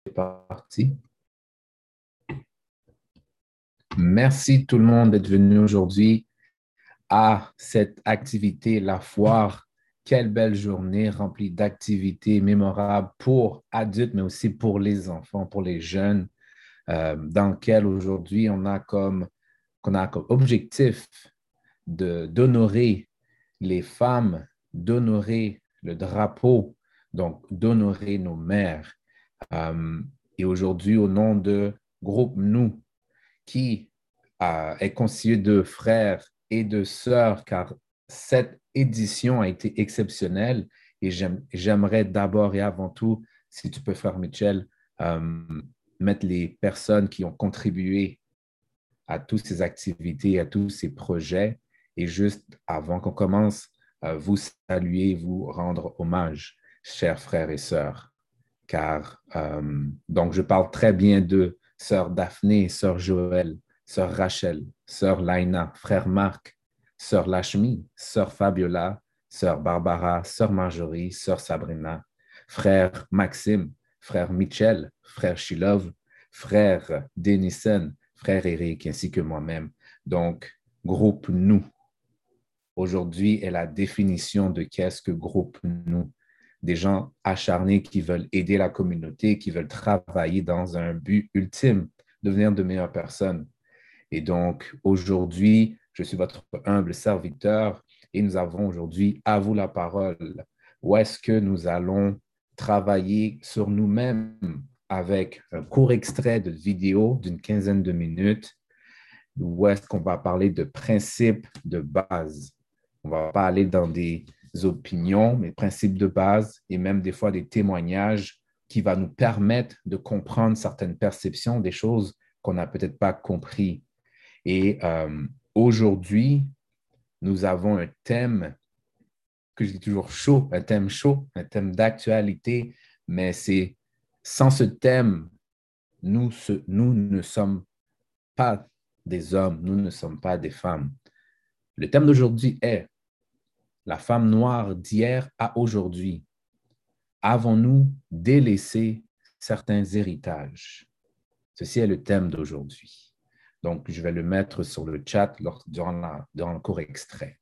Parti. Merci tout le monde d'être venu aujourd'hui à cette activité, la foire. Quelle belle journée remplie d'activités mémorables pour adultes, mais aussi pour les enfants, pour les jeunes, dans lequel aujourd'hui qu'on a comme objectif d'honorer les femmes, d'honorer le drapeau, donc d'honorer nos mères. Euh, et aujourd'hui, au nom de Groupe Nous, qui est constitué de frères et de sœurs, car cette édition a été exceptionnelle. Et j'aimerais d'abord et avant tout, si tu peux, frère Mitchell, euh, mettre les personnes qui ont contribué à toutes ces activités, à tous ces projets. Et juste avant qu'on commence, vous saluer, vous rendre hommage, chers frères et sœurs. Car, donc, je parle très bien de sœur Daphné, sœur Joël, sœur Rachel, sœur Laina, frère Marc, sœur Lashmi, sœur Fabiola, sœur Barbara, sœur Marjorie, sœur Sabrina, frère Maxime, frère Michel, frère Shilov, frère Denison, frère Eric, ainsi que moi-même. Donc, groupe nous. Aujourd'hui est la définition de qu'est-ce que groupe nous. Des gens acharnés qui veulent aider la communauté, qui veulent travailler dans un but ultime, devenir de meilleures personnes. Et donc, aujourd'hui, je suis votre humble serviteur et nous avons aujourd'hui à vous la parole. Où est-ce que nous allons travailler sur nous-mêmes avec un court extrait de vidéo d'une quinzaine de minutes, où est-ce qu'on va parler de principes de base. On va pas aller dans des opinions, mais principes de base et même des fois des témoignages qui vont nous permettre de comprendre certaines perceptions des choses qu'on n'a peut-être pas compris. Et aujourd'hui, nous avons un thème que je dis toujours chaud, un thème d'actualité, mais c'est sans ce thème, nous ne sommes pas des hommes, nous ne sommes pas des femmes. Le thème d'aujourd'hui est la femme noire d'hier à aujourd'hui. Avons-nous délaissé certains héritages? Ceci est le thème d'aujourd'hui. Donc, je vais le mettre sur le chat durant le court extrait.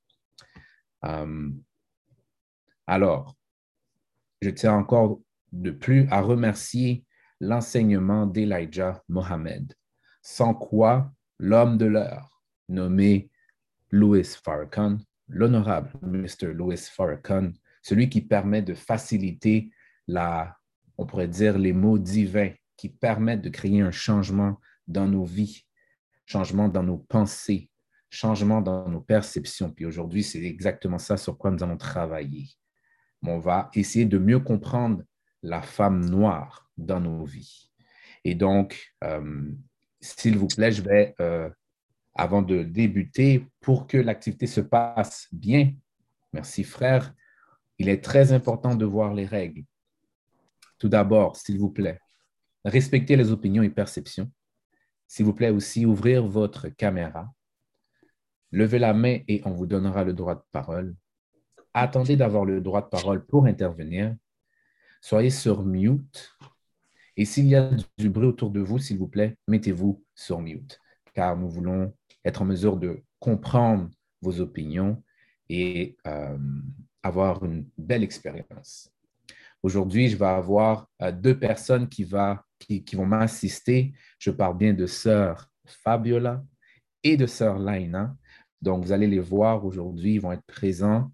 Alors, je tiens encore de plus à remercier l'enseignement d'Elijah Mohammed, sans quoi l'homme de l'heure, nommé Louis Farrakhan, l'honorable Mr. Louis Farrakhan, celui qui permet de faciliter on pourrait dire, les mots divins qui permettent de créer un changement dans nos vies, changement dans nos pensées, changement dans nos perceptions. Puis aujourd'hui, c'est exactement ça sur quoi nous allons travailler. On va essayer de mieux comprendre la femme noire dans nos vies. Et donc, s'il vous plaît, je vais avant de débuter, pour que l'activité se passe bien, merci frère, il est très important de voir les règles. Tout d'abord, s'il vous plaît, respectez les opinions et perceptions. S'il vous plaît aussi, ouvrir votre caméra. Levez la main et on vous donnera le droit de parole. Attendez d'avoir le droit de parole pour intervenir. Soyez sur mute. Et s'il y a du bruit autour de vous, s'il vous plaît, mettez-vous sur mute, car nous voulons être en mesure de comprendre vos opinions et avoir une belle expérience. Aujourd'hui, je vais avoir deux personnes qui vont m'assister. Je parle bien de sœur Fabiola et de sœur Laina. Donc, vous allez les voir aujourd'hui, ils vont être présents.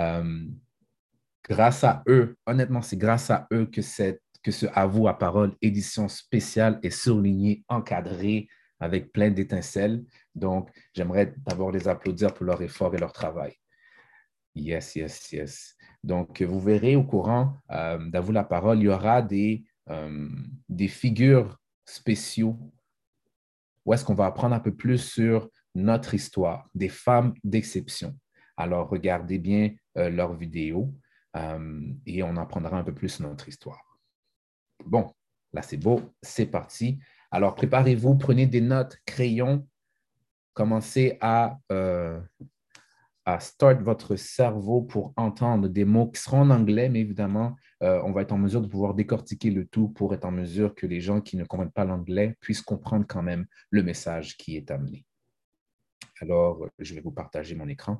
Grâce à eux, honnêtement, c'est grâce à eux que ce À vous à parole édition spéciale est surlignée, encadrée avec plein d'étincelles. Donc, j'aimerais d'abord les applaudir pour leur effort et leur travail. Yes, yes, yes. Donc, vous verrez au courant d'À vous la parole, il y aura des figures spéciaux où est-ce qu'on va apprendre un peu plus sur notre histoire, des femmes d'exception. Alors, regardez bien leurs vidéos et on apprendra un peu plus sur notre histoire. Bon, là, c'est beau, c'est parti. Alors, préparez-vous, prenez des notes, crayons, commencez à à start votre cerveau pour entendre des mots qui seront en anglais, mais évidemment, on va être en mesure de pouvoir décortiquer le tout pour être en mesure que les gens qui ne comprennent pas l'anglais puissent comprendre quand même le message qui est amené. Alors, je vais vous partager mon écran.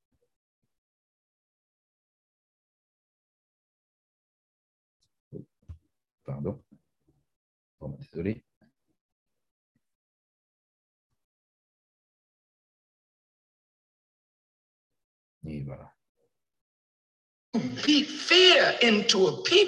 Pardon. Bon, désolé. Et voilà. Beat fear into a people.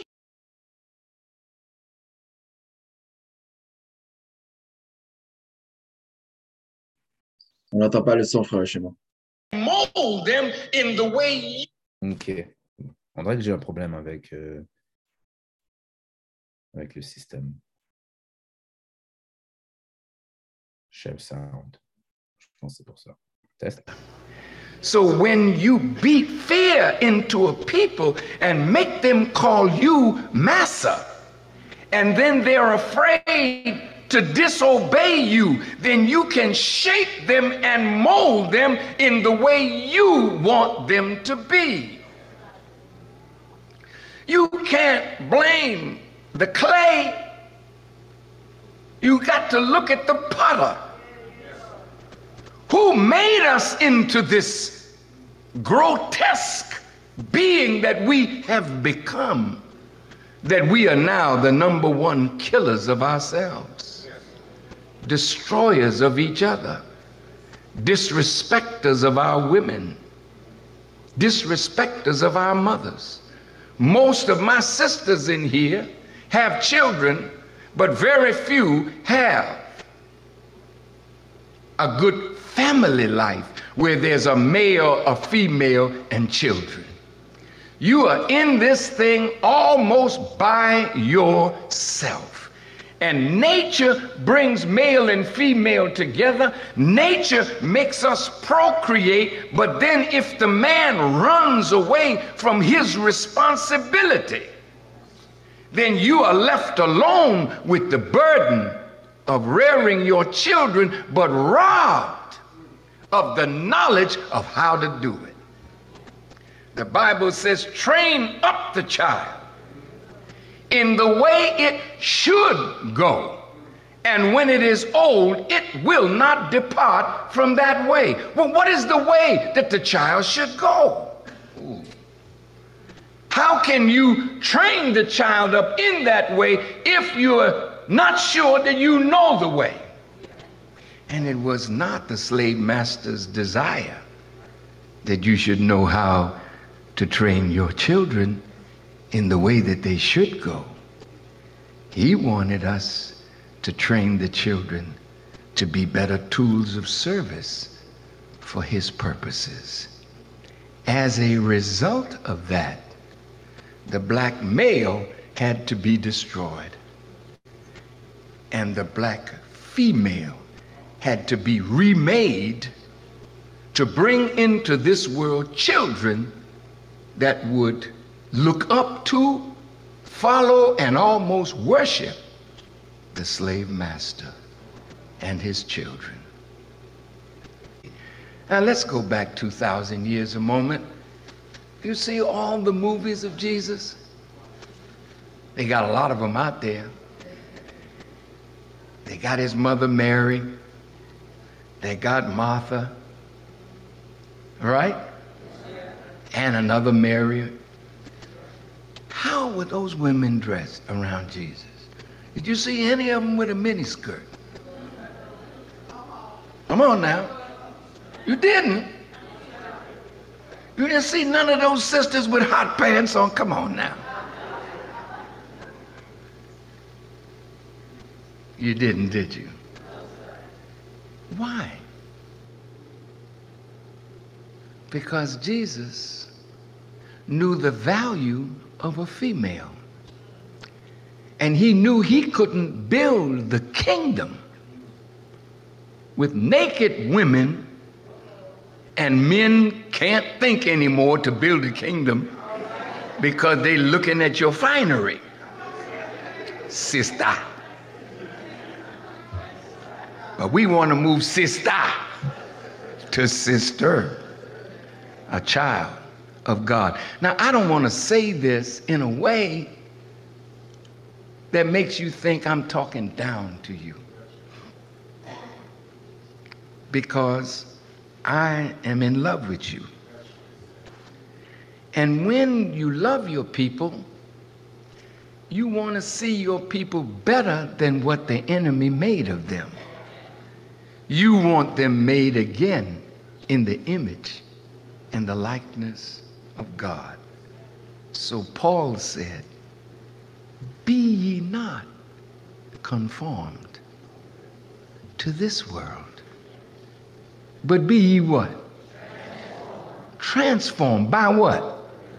On n'entend pas le son, frère, chez moi. Mold them in the way you... OK. On dirait que j'ai un problème avec le système. Share sound. Je pense que c'est pour ça. Test. So when you beat fear into a people and make them call you massa, and then they're afraid to disobey you, then you can shape them and mold them in the way you want them to be. You can't blame the clay. You got to look at the potter who made us into this grotesque being that we have become, that we are now the number one killers of ourselves, destroyers of each other, disrespecters of our women, disrespecters of our mothers. Most of my sisters in here have children, but very few have a good family life where there's a male, a female, and children. You are in this thing almost by yourself. And nature brings male and female together. Nature makes us procreate, but then if the man runs away from his responsibility, then you are left alone with the burden of rearing your children, but robbed of the knowledge of how to do it. The Bible says, train up the child in the way it should go. And when it is old, it will not depart from that way. Well, what is the way that the child should go? Ooh. How can you train the child up in that way if you're not sure that you know the way? And it was not the slave master's desire that you should know how to train your children in the way that they should go. He wanted us to train the children to be better tools of service for his purposes. As a result of that, the black male had to be destroyed, and the black female had to be remade to bring into this world children that would look up to, follow, and almost worship the slave master and his children. Now let's go back 2,000 years a moment. You see all the movies of Jesus? They got a lot of them out there. They got his mother Mary. They got Martha, right? And another Mary. How were those women dressed around Jesus? Did you see any of them with a miniskirt? Come on now. You didn't. You didn't see none of those sisters with hot pants on. Come on now. You didn't, did you? Why? Because Jesus knew the value of a female. And he knew he couldn't build the kingdom with naked women, and men can't think anymore to build a kingdom because they're looking at your finery, sister. But we want to move sister to sister. a child of God. Now, I don't want to say this in a way that makes you think I'm talking down to you, because I am in love with you. And when you love your people, you want to see your people better than what the enemy made of them. You want them made again in the image and the likeness of God. So Paul said, be ye not conformed to this world, but be ye what? Transformed by what?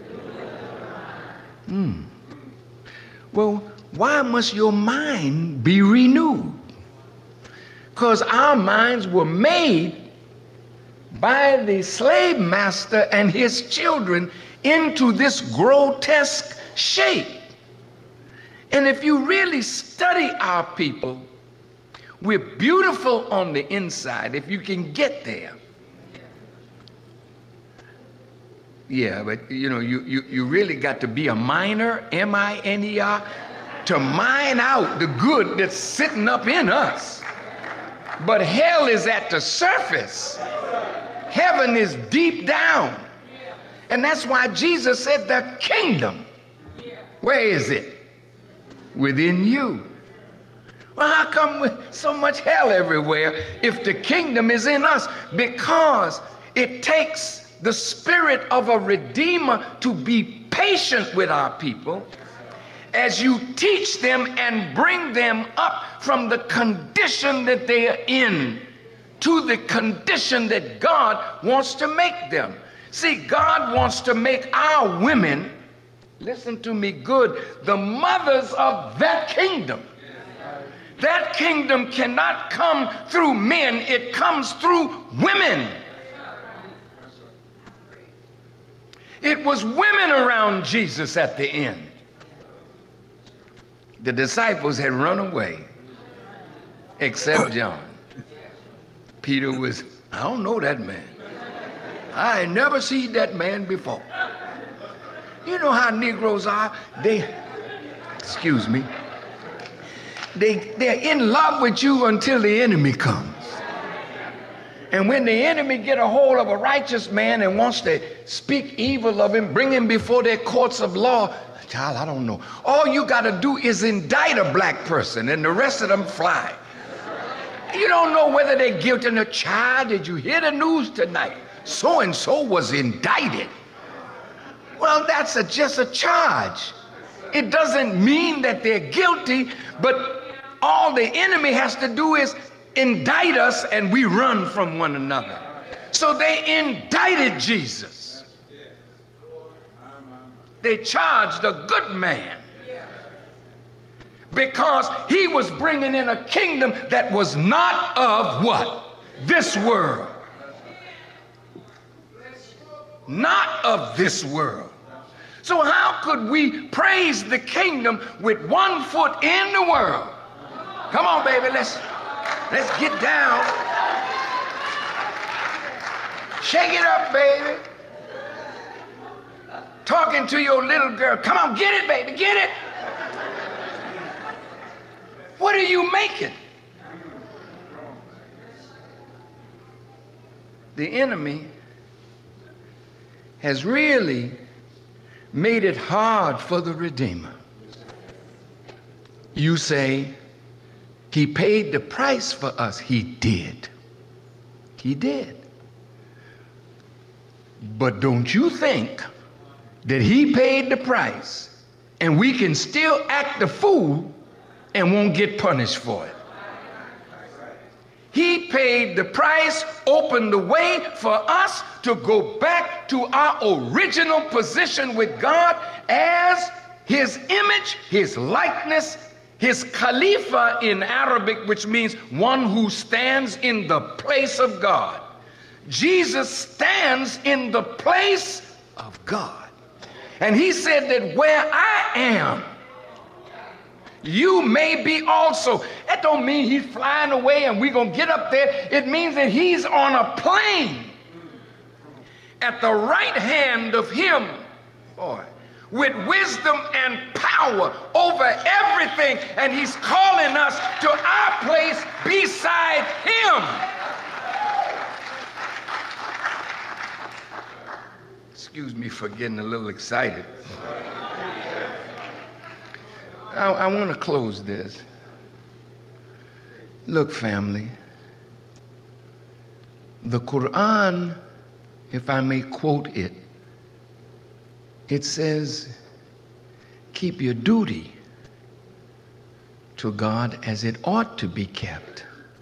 Well, why must your mind be renewed? Because our minds were made by the slave master and his children into this grotesque shape. And if you really study our people, we're beautiful on the inside, if you can get there. Yeah, but you know, you really got to be a miner, M-I-N-E-R, to mine out the good that's sitting up in us. But hell is at the surface. Heaven is deep down. And that's why Jesus said the kingdom. Where is it? Within you. Well, how come with so much hell everywhere if the kingdom is in us? Because it takes the spirit of a redeemer to be patient with our people as you teach them and bring them up from the condition that they are in to the condition that God wants to make them. See, God wants to make our women, listen to me good, the mothers of that kingdom. That kingdom cannot come through men, it comes through women. It was women around Jesus at the end. The disciples had run away, except John. Peter was, I don't know that man. I ain't never seen that man before. You know how Negroes are? Excuse me, they're in love with you until the enemy comes. And when the enemy get a hold of a righteous man and wants to speak evil of him, bring him before their courts of law, child, I don't know. All you got to do is indict a black person and the rest of them fly. You don't know whether they're guilty or not. Child, did you hear the news tonight? So-and-so was indicted. Well, that's just a charge. It doesn't mean that they're guilty, but all the enemy has to do is indict us and we run from one another. So they indicted Jesus. They charged a good man because he was bringing in a kingdom that was not of what? This world. Not of this world. So how could we praise the kingdom with one foot in the world? Come on, baby, let's get down. Shake it up, baby. Talking to your little girl. Come on, get it, baby, get it. What are you making? The enemy has really made it hard for the Redeemer. You say, he paid the price for us. He did. He did. But don't you think that he paid the price and we can still act the fool and won't get punished for it? He paid the price, opened the way for us to go back to our original position with God as his image, his likeness, his Khalifa in Arabic, which means one who stands in the place of God. Jesus stands in the place of God. And he said that where I am, you may be also. That don't mean he's flying away and we're going to get up there. It means that he's on a plane at the right hand of him, boy, with wisdom and power over everything, and he's calling us to our place beside him. Excuse me for getting a little excited. I want to close this. Look, family, the Quran, if I may quote it, it says, keep your duty to God as it ought to be kept,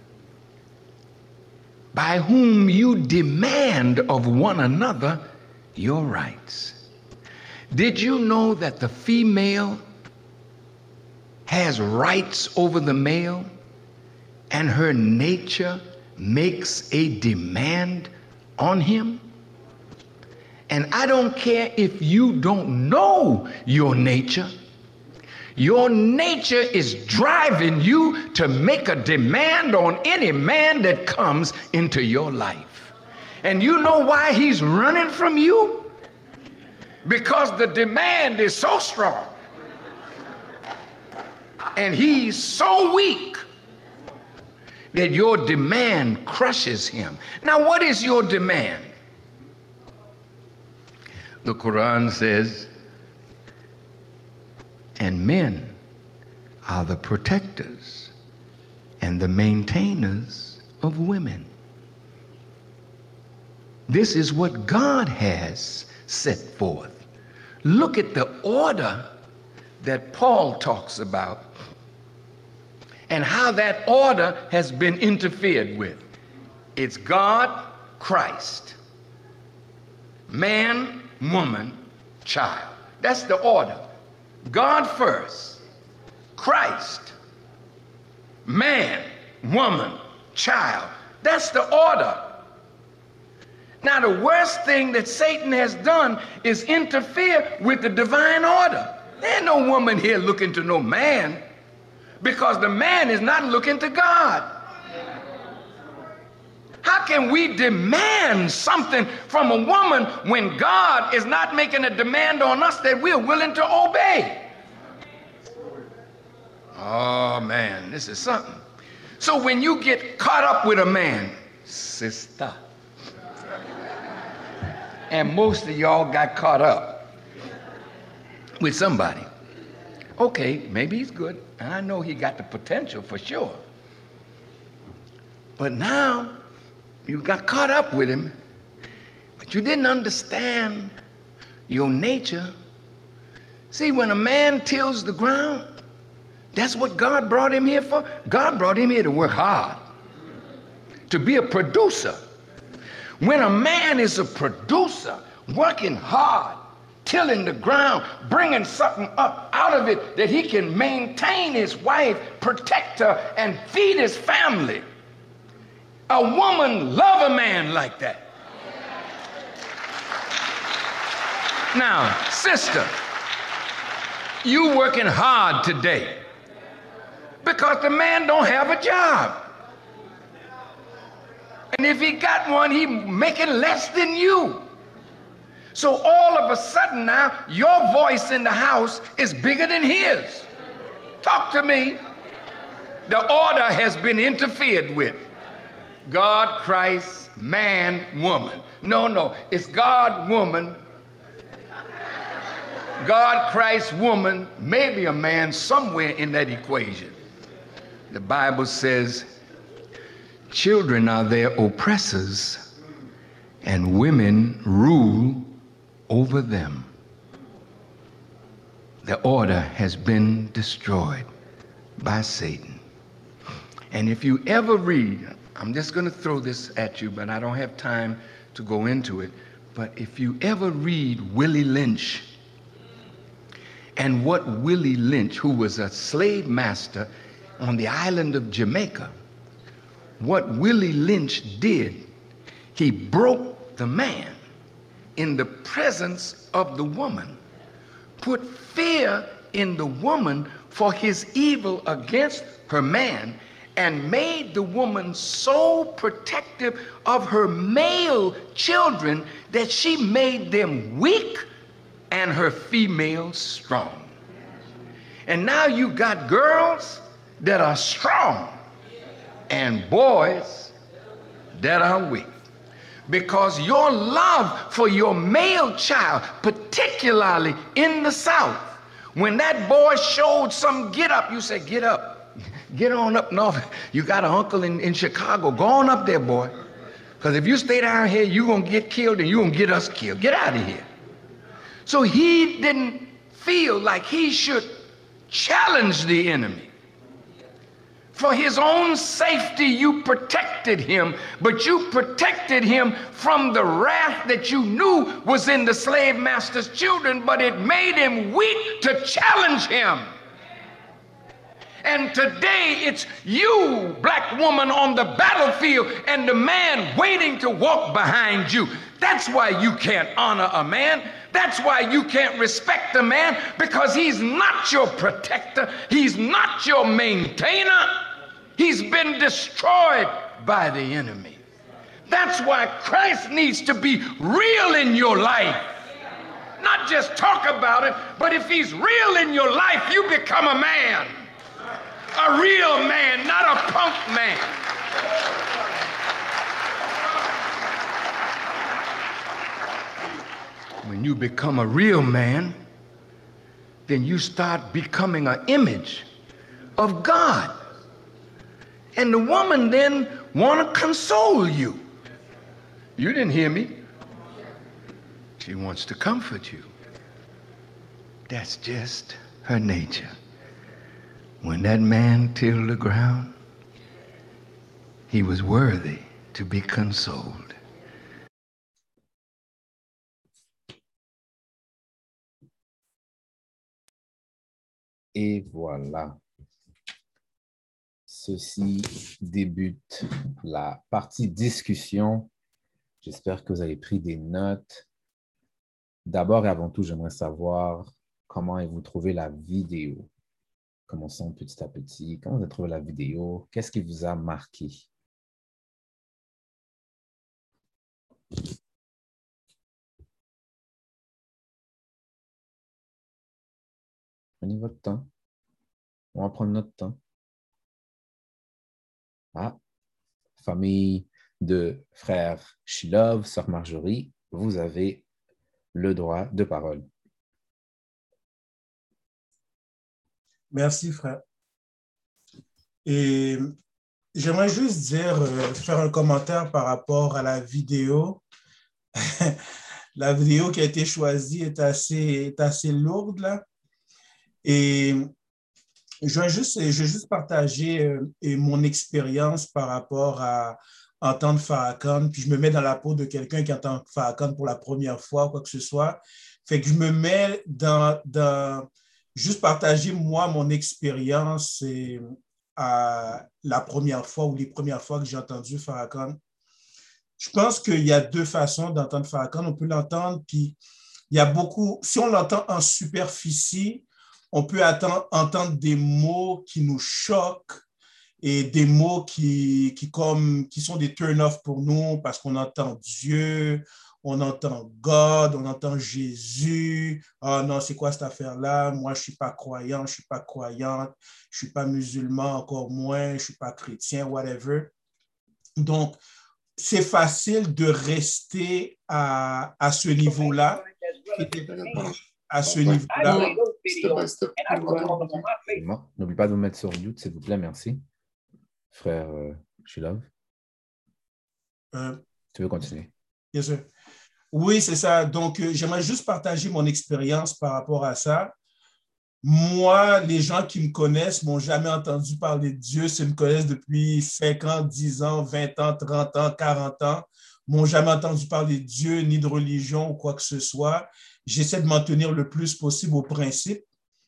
by whom you demand of one another your rights. Did you know that the female has rights over the male, and her nature makes a demand on him? And I don't care if you don't know your nature. Your nature is driving you to make a demand on any man that comes into your life. And you know why he's running from you? Because the demand is so strong. And he's so weak that your demand crushes him. Now, what is your demand? The Quran says, and men are the protectors and the maintainers of women. This is what God has set forth. Look at the order that Paul talks about and how that order has been interfered with. It's God, Christ, man, woman, child. That's the order. God first, Christ, man, woman, child. That's the order. Now, the worst thing that Satan has done is interfere with the divine order. There ain't no woman here looking to no man, because the man is not looking to God. How can we demand something from a woman when God is not making a demand on us that we're willing to obey? Oh man, this is something. So when you get caught up with a man, sister, and most of y'all got caught up with somebody. Okay, maybe he's good, and I know he got the potential for sure. But now you got caught up with him, but you didn't understand your nature. See, when a man tills the ground, that's what God brought him here for. God brought him here to work hard, to be a producer. When a man is a producer, working hard, tilling the ground, bringing something up out of it that he can maintain his wife, protect her, and feed his family. A woman love a man like that. Now, sister, you working hard today because the man don't have a job. And if he got one, he making less than you. So all of a sudden now, your voice in the house is bigger than his. Talk to me. The order has been interfered with. God, Christ, man, woman. No, it's God, woman. God, Christ, woman, maybe a man somewhere in that equation. The Bible says, children are their oppressors, and women rule over them. The order has been destroyed by Satan. And if you ever read, I'm just going to throw this at you, but I don't have time to go into it. But if you ever read Willie Lynch, and what Willie Lynch, who was a slave master on the island of Jamaica, what Willie Lynch did, he broke the man in the presence of the woman, put fear in the woman for his evil against her man, and made the woman so protective of her male children that she made them weak and her females strong. And now you got girls that are strong and boys that are weak. Because your love for your male child, particularly in the South, when that boy showed some get up, you said, get up. Get on up north. You got an uncle in Chicago. Go on up there, boy. Because if you stay down here, you're going to get killed and you're going to get us killed. Get out of here. So he didn't feel like he should challenge the enemy. For his own safety, you protected him, but you protected him from the wrath that you knew was in the slave master's children, but it made him weak to challenge him. And today it's you, black woman, on the battlefield and the man waiting to walk behind you. That's why you can't honor a man. That's why you can't respect a man, because he's not your protector. He's not your maintainer. He's been destroyed by the enemy. That's why Christ needs to be real in your life. Not just talk about it, but if he's real in your life, you become a man. A real man, not a punk man. When you become a real man, then you start becoming an image of God. And the woman then want to console you. You didn't hear me. She wants to comfort you. That's just her nature. When that man tilled the ground, he was worthy to be consoled. Et voilà. Ceci débute la partie discussion. J'espère que vous avez pris des notes. D'abord et avant tout, j'aimerais savoir comment avez-vous trouvé la vidéo. Commençons petit à petit. Comment vous avez trouvé la vidéo? Qu'est-ce qui vous a marqué? Prenez votre temps. On va prendre notre temps. Ah, famille de frères Shilov, sœur Marjorie, vous avez le droit de parole. Merci, frère. Et j'aimerais juste dire, faire un commentaire par rapport à la vidéo. La vidéo qui a été choisie est assez lourde, là. Et je vais juste partager mon expérience par rapport à entendre Farrakhan, puis je me mets dans la peau de quelqu'un qui entend Farrakhan pour la première fois, quoi que ce soit. Fait que je me mets dans juste partager, moi, mon expérience à la première fois ou les premières fois que j'ai entendu Farrakhan. Je pense qu'il y a deux façons d'entendre Farrakhan. On peut l'entendre, puis il y a beaucoup, si on l'entend en superficie, on peut entendre des mots qui nous choquent et des mots qui sont des turn-off pour nous parce qu'on entend Dieu, on entend God, on entend Jésus. Ah non, c'est quoi cette affaire-là? Moi, je ne suis pas croyant, je ne suis pas croyante, je ne suis pas musulman, encore moins, je ne suis pas chrétien, whatever. Donc, c'est facile de rester à ce niveau-là. À ce niveau-là. N'oubliez pas de vous mettre sur mute, s'il vous plaît, merci. Frère Shilov. Tu veux continuer? Bien sûr. Oui, c'est ça. Donc, j'aimerais juste partager mon expérience par rapport à ça. Moi, les gens qui me connaissent ne m'ont jamais entendu parler de Dieu. S'ils me connaissent depuis 5 ans, 10 ans, 20 ans, 30 ans, 40 ans, ne m'ont jamais entendu parler de Dieu, ni de religion ou quoi que ce soit. J'essaie de m'en tenir le plus possible aux principes.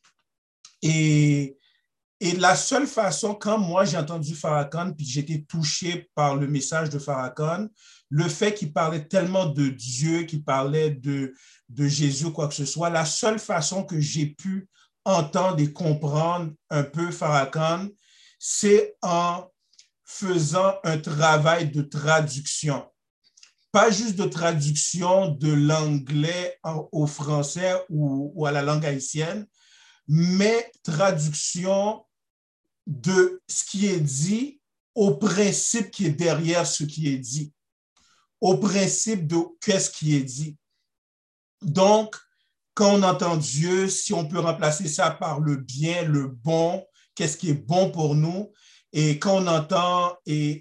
Et la seule façon, quand moi j'ai entendu Farrakhan, puis j'étais touché par le message de Farrakhan, le fait qu'il parlait tellement de Dieu, qu'il parlait de Jésus, quoi que ce soit, la seule façon que j'ai pu entendre et comprendre un peu Farrakhan, c'est en faisant un travail de traduction. Pas juste de traduction de l'anglais au français ou à la langue haïtienne, mais traduction de ce qui est dit au principe qui est derrière ce qui est dit, au principe de qu'est-ce qui est dit. Donc, quand on entend Dieu, si on peut remplacer ça par le bien, le bon, qu'est-ce qui est bon pour nous, et quand on entend et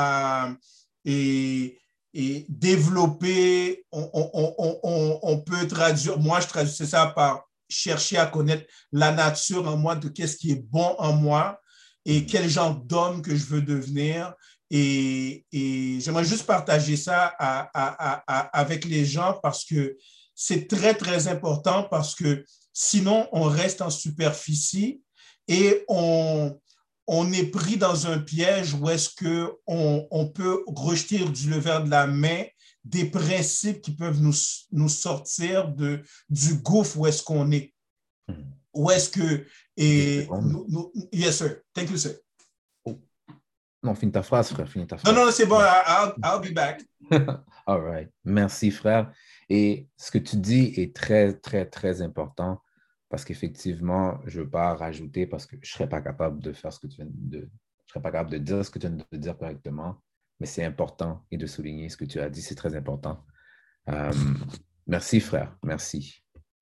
développer, on peut traduire, moi je traduis ça par chercher à connaître la nature en moi, de qu'est-ce qui est bon en moi et quel genre d'homme que je veux devenir. Et j'aimerais juste partager ça avec les gens parce que c'est très, très important parce que sinon, on reste en superficie et on est pris dans un piège où est-ce qu'on peut rejeter du revers de la main des principes qui peuvent nous sortir du gouffre où est-ce qu'on est. Où est-ce que... Yes, sir. Thank you, sir. Oh. Non, finis ta phrase, frère. Finis ta phrase. Non, c'est bon. I'll be back. All right. Merci, frère. Et ce que tu dis est très, très, très important parce qu'effectivement, je ne veux pas rajouter parce que je ne serais pas capable de faire ce que tu viens de... Je ne serais pas capable de dire ce que tu viens de dire correctement, mais c'est important et de souligner ce que tu as dit, c'est très important. Merci, frère. Merci.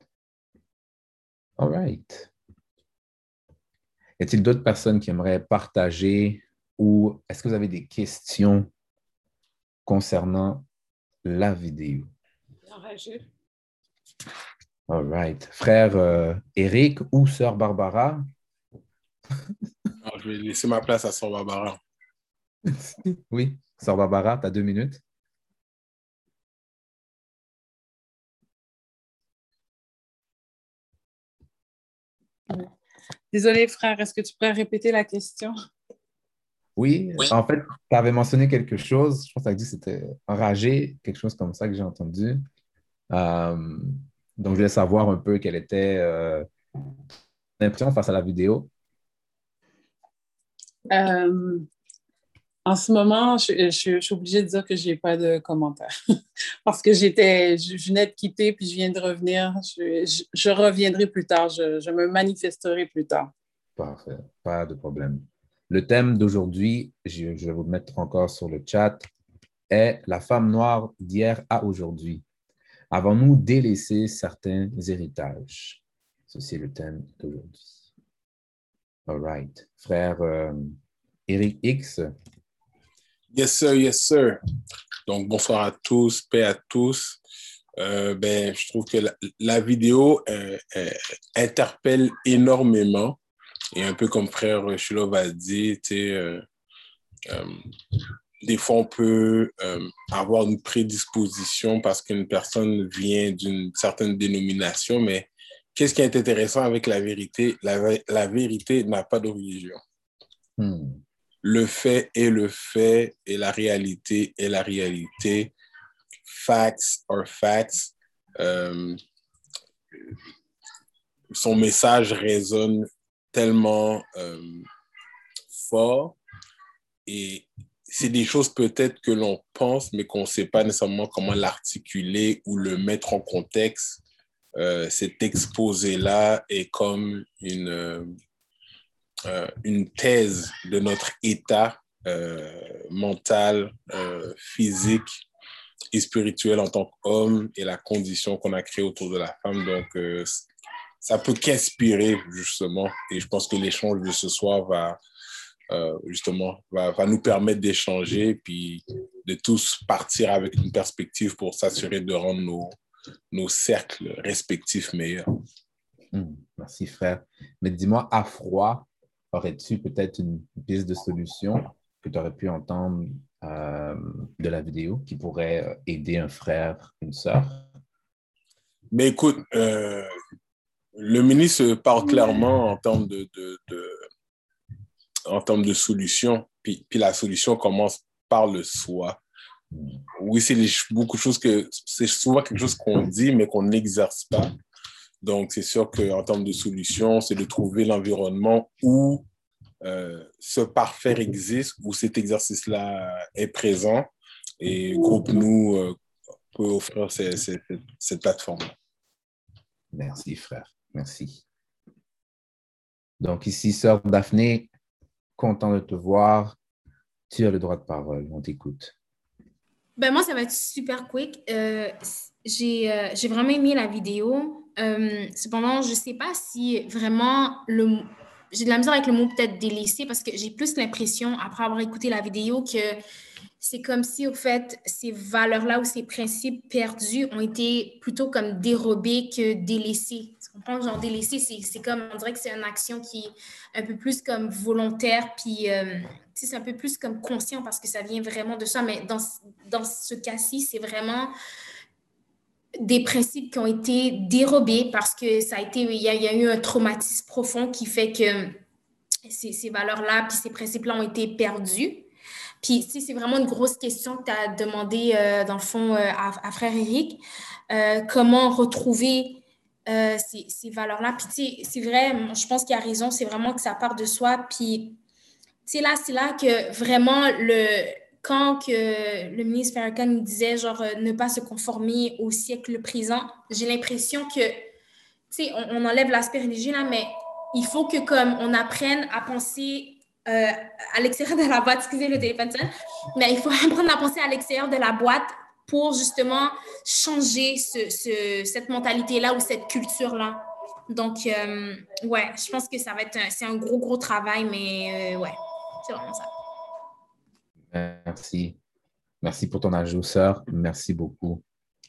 All right. Y a-t-il d'autres personnes qui aimeraient partager ou est-ce que vous avez des questions concernant la vidéo? Enragé. All right. Frère Eric ou sœur Barbara? Alors, je vais laisser ma place à sœur Barbara. Oui, sœur Barbara, tu as 2 minutes. Désolée, frère, est-ce que tu pourrais répéter la question? Oui, en fait, tu avais mentionné quelque chose, je pense que tu as dit que c'était enragé, quelque chose comme ça que j'ai entendu. Donc, je voulais savoir un peu quelle était l'impression face à la vidéo. En ce moment, je suis obligée de dire que je n'ai pas de commentaire parce que je venais de quitter puis je viens de revenir. Je reviendrai plus tard, je me manifesterai plus tard. Parfait, pas de problème. Le thème d'aujourd'hui, je vais vous le mettre encore sur le chat, est la femme noire d'hier à aujourd'hui. Avons-nous délaissé certains héritages? Ceci est le thème d'aujourd'hui. All right. Frère Eric X. Yes, sir, yes, sir. Donc, bonsoir à tous, paix à tous. Je trouve que la vidéo interpelle énormément. Et un peu comme frère Shilov a dit, des fois, on peut avoir une prédisposition parce qu'une personne vient d'une certaine dénomination, mais qu'est-ce qui est intéressant avec la vérité? La vérité n'a pas de religion. Le fait est le fait et la réalité est la réalité. Facts are facts. Son message résonne tellement fort et c'est des choses peut-être que l'on pense mais qu'on ne sait pas nécessairement comment l'articuler ou le mettre en contexte. Cet exposé-là est comme une thèse de notre état mental, physique et spirituel en tant qu'homme et la condition qu'on a créée autour de la femme. Donc, ça peut qu'inspirer, justement. Et je pense que l'échange de ce soir va nous permettre d'échanger puis de tous partir avec une perspective pour s'assurer de rendre nos cercles respectifs meilleurs. Merci, frère. Mais dis-moi, à froid, aurais-tu peut-être une piste de solution que tu aurais pu entendre de la vidéo qui pourrait aider un frère, une sœur? Mais écoute, le ministre parle clairement en termes de solution, puis la solution commence par le soi. Oui, c'est beaucoup de choses c'est souvent quelque chose qu'on dit, mais qu'on n'exerce pas. Donc, c'est sûr qu'en termes de solution, c'est de trouver l'environnement où ce parfaire existe, où cet exercice-là est présent et Groupe Nous peut offrir cette plateforme. Merci, frère. Merci. Donc ici, sœur Daphné, content de te voir. Tu as le droit de parole. On t'écoute. Ben moi, ça va être super quick. J'ai vraiment aimé la vidéo. Cependant, je ne sais pas si vraiment j'ai de la misère avec le mot peut-être délaissé parce que j'ai plus l'impression, après avoir écouté la vidéo, que c'est comme si, au fait, ces valeurs-là ou ces principes perdus ont été plutôt comme dérobés que délaissés. Tu comprends? Genre, délaissé, c'est comme, on dirait que c'est une action qui est un peu plus comme volontaire, puis c'est un peu plus comme conscient parce que ça vient vraiment de ça. Mais dans ce cas-ci, c'est vraiment des principes qui ont été dérobés parce que il y a eu un traumatisme profond qui fait que ces valeurs-là puis ces principes-là ont été perdus. Puis, tu sais, c'est vraiment une grosse question que tu as demandé, dans le fond, à Frère Éric. Comment retrouver ces valeurs-là? Puis, tu sais, c'est vrai, je pense qu'il a raison, c'est vraiment que ça part de soi. Puis, tu sais, c'est là que vraiment, quand que le ministre Farrakhan nous disait, genre, ne pas se conformer au siècle présent, j'ai l'impression que, tu sais, on enlève l'aspect religieux, là, mais il faut que, comme, on apprenne à penser à l'extérieur de la boîte, excusez le téléphone, mais il faut apprendre à penser à l'extérieur de la boîte pour justement changer cette mentalité-là ou cette culture-là. Donc, ouais, je pense que ça va être c'est un gros, gros travail, mais ouais, c'est vraiment ça. Merci. Merci pour ton ajout, sœur. Merci beaucoup.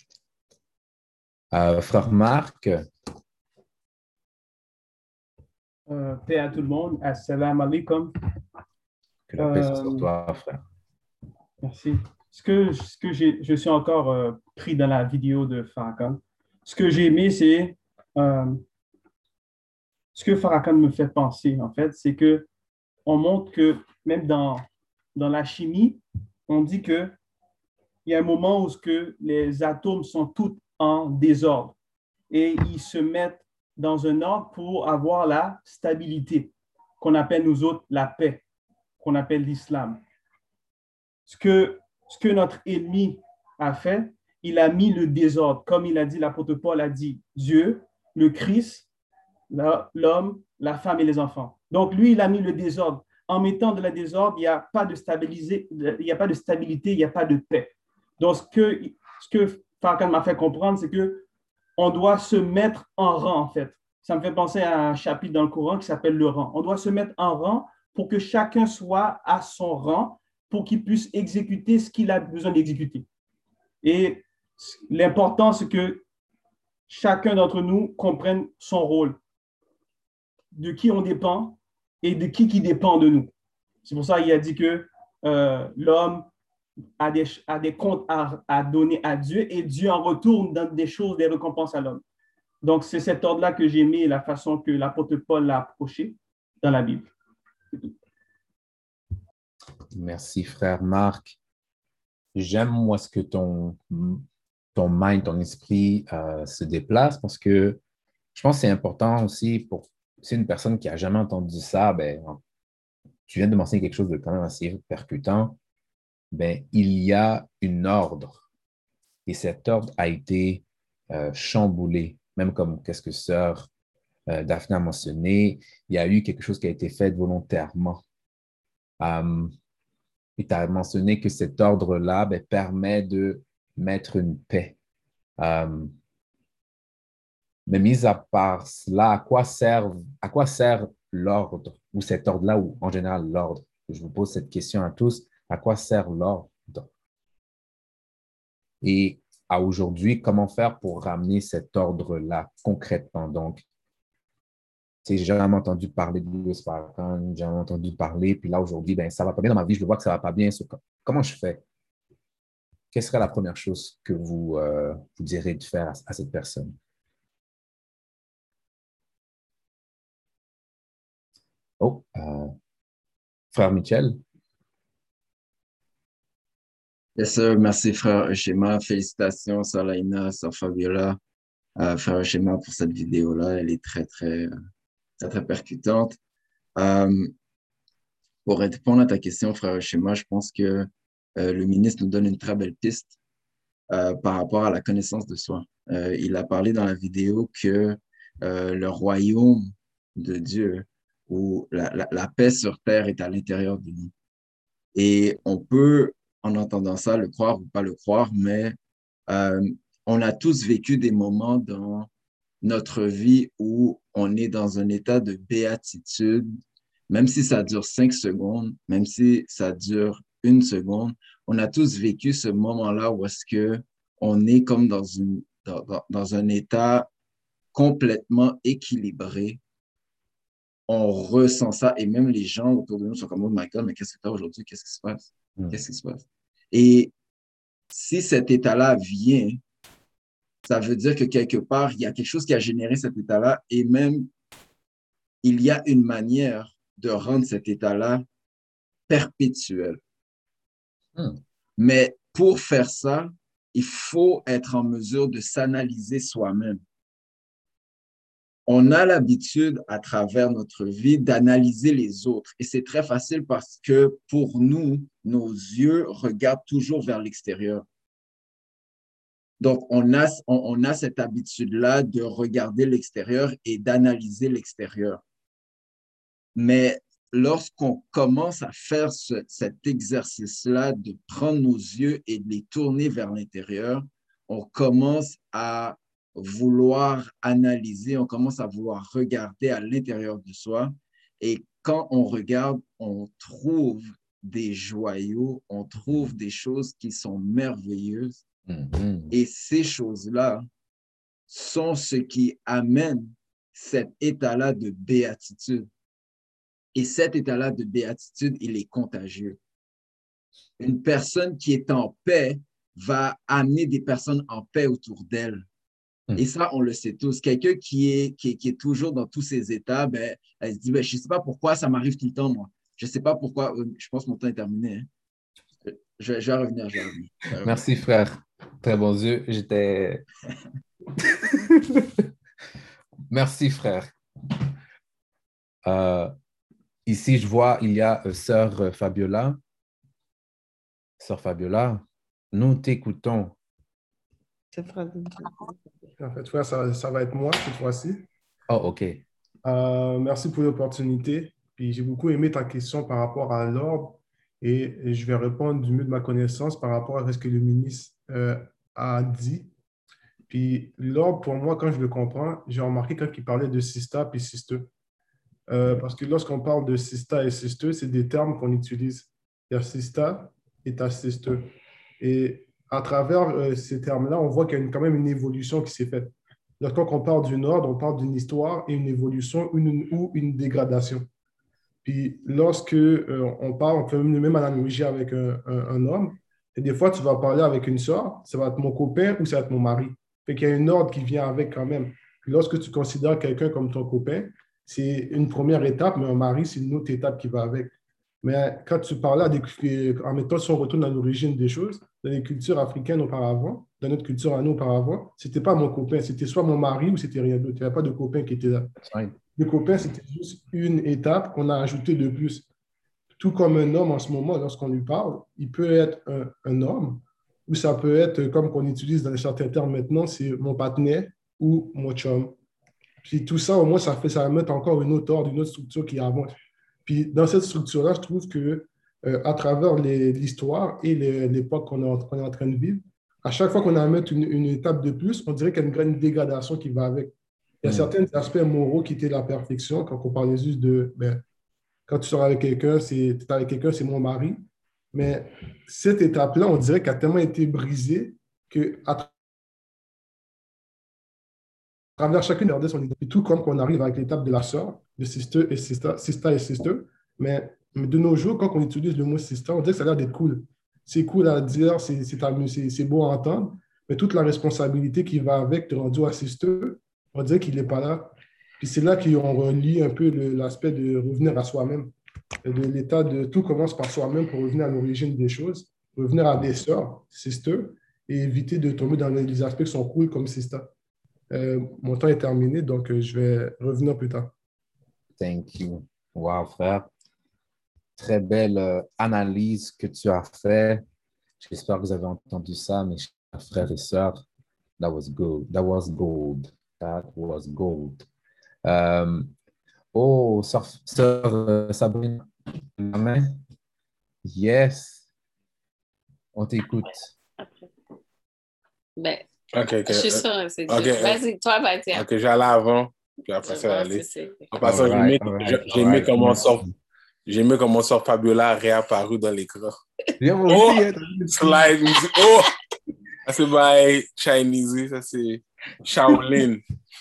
Frère Marc. Paix à tout le monde. Assalamu alaikum. Que la paix soit sur toi, frère. Merci. Je suis encore pris dans la vidéo de Farrakhan. Ce que j'ai aimé, c'est ce que Farrakhan me fait penser, en fait, c'est qu'on montre que même dans la chimie, on dit qu'il y a un moment où les atomes sont tous en désordre et ils se mettent dans un ordre pour avoir la stabilité, qu'on appelle nous autres la paix, qu'on appelle l'islam. Ce que notre ennemi a fait, il a mis le désordre. Comme il a dit, l'apôtre Paul a dit, Dieu, le Christ, l'homme, la femme et les enfants. Donc, lui, il a mis le désordre. En mettant de la désordre, il n'y a pas de stabilité, il n'y a pas de paix. Donc, ce que Farrakhan m'a fait comprendre, c'est qu'on doit se mettre en rang, en fait. Ça me fait penser à un chapitre dans le Coran qui s'appelle le rang. On doit se mettre en rang pour que chacun soit à son rang, pour qu'il puisse exécuter ce qu'il a besoin d'exécuter. Et l'important, c'est que chacun d'entre nous comprenne son rôle, de qui on dépend et de qui dépend de nous. C'est pour ça qu'il a dit que l'homme a des comptes à donner à Dieu et Dieu en retour donne des choses, des récompenses à l'homme. Donc, c'est cet ordre-là que j'ai aimé, la façon que l'apôtre Paul l'a approché dans la Bible. Merci, frère Marc. J'aime, moi, ce que ton mind, ton esprit se déplace parce que je pense que c'est important aussi pour si une personne qui n'a jamais entendu ça, ben, tu viens de mentionner quelque chose de quand même assez percutant, ben, il y a un ordre et cet ordre a été chamboulé, même comme qu'est-ce que sœur Daphné a mentionné, il y a eu quelque chose qui a été fait volontairement. Et tu as mentionné que cet ordre-là ben, permet de mettre une paix. Mais mis à part cela, à quoi sert l'ordre ou cet ordre-là ou en général l'ordre? Je vous pose cette question à tous. À quoi sert l'ordre? Et à aujourd'hui, comment faire pour ramener cet ordre-là concrètement? Donc, j'ai jamais entendu parler de Louis Farrakhan, j'ai jamais entendu parler, puis là aujourd'hui, ben, ça ne va pas bien dans ma vie, je vois que ça ne va pas bien. Comment je fais? Quelle serait la première chose que vous direz de faire à cette personne? Oh, frère Michel. Yes, sir. Merci, frère Eushema. Félicitations, sœur Laïna, sœur Fabiola, frère Eushema, pour cette vidéo-là. Elle est très, très, très, très percutante. Pour répondre à ta question, frère Shema, je pense que le ministre nous donne une très belle piste par rapport à la connaissance de soi. Il a parlé dans la vidéo que le royaume de Dieu, où la paix sur terre est à l'intérieur de nous. Et on peut, en entendant ça, le croire ou pas le croire, mais euh, on a tous vécu des moments dans notre vie où on est dans un état de béatitude, même si ça dure 5 secondes, même si ça dure 1 seconde, on a tous vécu ce moment-là où est-ce que on est comme dans un état complètement équilibré. On ressent ça et même les gens autour de nous sont comme, oh my God, mais qu'est-ce que tu as aujourd'hui? Qu'est-ce qui se passe? Qu'est-ce qui se passe? Et si cet état-là vient, ça veut dire que quelque part, il y a quelque chose qui a généré cet état-là et même il y a une manière de rendre cet état-là perpétuel. Mais pour faire ça, il faut être en mesure de s'analyser soi-même. On a l'habitude à travers notre vie d'analyser les autres et c'est très facile parce que pour nous, nos yeux regardent toujours vers l'extérieur. Donc, on a cette habitude-là de regarder l'extérieur et d'analyser l'extérieur. Mais lorsqu'on commence à faire cet exercice-là de prendre nos yeux et de les tourner vers l'intérieur, on commence à vouloir analyser, on commence à vouloir regarder à l'intérieur de soi. Et quand on regarde, on trouve des joyaux, on trouve des choses qui sont merveilleuses. Et ces choses-là sont ce qui amène cet état-là de béatitude. Et cet état-là de béatitude, il est contagieux. Une personne qui est en paix va amener des personnes en paix autour d'elle. Et ça, on le sait tous. Quelqu'un qui est toujours dans tous ces états, ben, elle se dit, ben, je ne sais pas pourquoi ça m'arrive tout le temps, moi. Je ne sais pas pourquoi. Je pense que mon temps est terminé. Hein. Je vais revenir. Merci, frère. Très bon Dieu. J'étais... Merci, frère. Ici, je vois, il y a Sœur Fabiola. Sœur Fabiola, nous t'écoutons. En fait, frère, ça va être moi cette fois-ci. Oh, OK. Merci pour l'opportunité. Puis j'ai beaucoup aimé ta question par rapport à l'ordre et je vais répondre du mieux de ma connaissance par rapport à ce que le ministre a dit. Puis l'ordre, pour moi, quand je le comprends, j'ai remarqué quand il parlait de sista puis sisteux. Parce que lorsqu'on parle de sista et sisteux, c'est des termes qu'on utilise. Il y a sista et ta sisteux. Et à travers ces termes-là, on voit qu'il y a quand même une évolution qui s'est faite. Lorsqu'on parle d'une ordre, on parle d'une histoire et une évolution ou une dégradation. Puis lorsque on parle, on peut même analogie avec un homme, et des fois, tu vas parler avec une soeur, ça va être mon copain ou ça va être mon mari. Fait qu'il y a une ordre qui vient avec quand même. Puis lorsque tu considères quelqu'un comme ton copain, c'est une première étape, mais un mari, c'est une autre étape qui va avec. Mais quand tu parlais en mettant, si on retourne dans l'origine des choses, dans les cultures africaines auparavant, dans notre culture à nous auparavant, c'était pas mon copain, c'était soit mon mari ou c'était rien d'autre. Il n'y avait pas de copain qui était là. Right. Le copain, c'était juste une étape qu'on a ajoutée de plus. Tout comme un homme en ce moment, lorsqu'on lui parle, il peut être un homme, ou ça peut être, comme qu'on utilise dans certains termes maintenant, c'est mon partenaire ou mon chum. Puis tout ça, au moins, ça va mettre encore une autre ordre, une autre structure qui avance. Puis dans cette structure-là, je trouve que à travers l'histoire et l'époque qu'on est en train de vivre, à chaque fois qu'on a à mettre une étape de plus, on dirait qu'il y a une grande dégradation qui va avec. Il y a certains aspects moraux qui étaient la perfection, quand on parlait juste de, ben, quand tu sors avec quelqu'un, c'est mon mari. Mais cette étape-là, on dirait qu'elle a tellement été brisée qu'à travers chacune de son identité, tout comme qu'on arrive avec l'étape de la sœur, de sister et sister, mais de nos jours, quand on utilise le mot sister, on dirait que ça a l'air d'être cool. C'est cool à dire, c'est beau à entendre, mais toute la responsabilité qui va avec, de rendu à sister, on dirait qu'il n'est pas là. Puis c'est là qu'on relie un peu l'aspect de revenir à soi-même, de l'état de tout commence par soi-même pour revenir à l'origine des choses, revenir à des sœurs, sister, et éviter de tomber dans les aspects qui sont cool comme sister. Mon temps est terminé, donc je vais revenir plus tard. Thank you. Wow, frère. très belle analyse que tu as fait. J'espère que vous avez entendu ça, mes chers frères et sœurs. That was good. That was gold. That was gold. Sœur Sabrina, la main. Yes, on t'écoute. Après. Ben, OK. je suis sûre, c'est OK. dur. Vas-y, toi, vas-y. OK, j'allais avant, puis après ça, Ouais, aller. c'est- En passant, Alright. j'ai aimé comment Sœur Fabiola a réapparu dans l'écran. Bien, moi Oh! aussi, hein, Slide music. Oh! Ça, c'est by Chinese, ça, c'est Shaolin.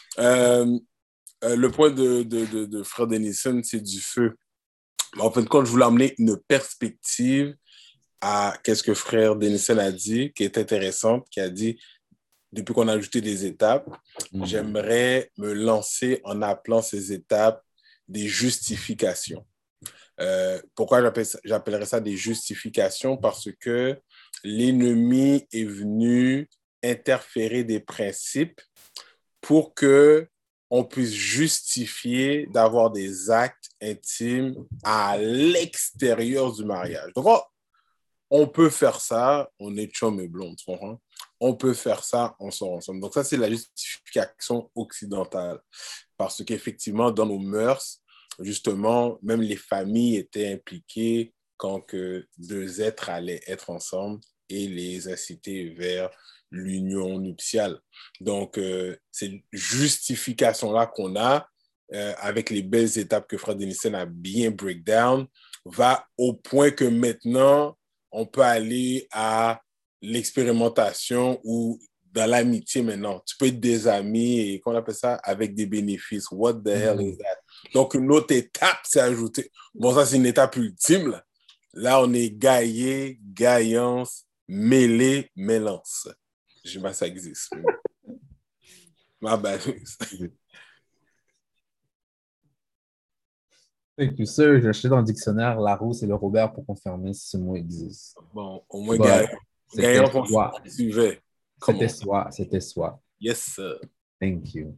Le point de Frère Denison, c'est du feu. En fin de compte, je voulais amener une perspective à qu'est-ce que Frère Denison a dit, qui est intéressante, qui a dit, depuis qu'on a ajouté des étapes, j'aimerais me lancer en appelant ces étapes des justifications. Pourquoi j'appellerais ça des justifications? Parce que l'ennemi est venu interférer des principes pour qu'on puisse justifier d'avoir des actes intimes à l'extérieur du mariage. Donc, on peut faire ça, on est chum et blonde, tu comprends? On peut faire ça, on sort ensemble. Donc, ça, c'est la justification occidentale. Parce qu'effectivement, dans nos mœurs, justement, même les familles étaient impliquées quand que deux êtres allaient être ensemble et les inciter vers l'union nuptiale. Donc, cette justification-là qu'on a, avec les belles étapes que Frère Denison a bien break down, va au point que maintenant, on peut aller à l'expérimentation ou dans l'amitié maintenant. Tu peux être des amis et qu'on appelle ça avec des bénéfices. What the hell is that? Donc, une autre étape s'est ajoutée. Bon, ça, c'est une étape ultime. Là, on est gaillé, gaillance, mêlé, mélance. Je sais pas si ça existe. Ma bad. Thank you, sir. J'ai acheté dans le dictionnaire Larousse et le Robert pour confirmer si ce mot existe. Bon, au moins, gaillant qu'on suivait. C'était soi. Yes, sir. Thank you.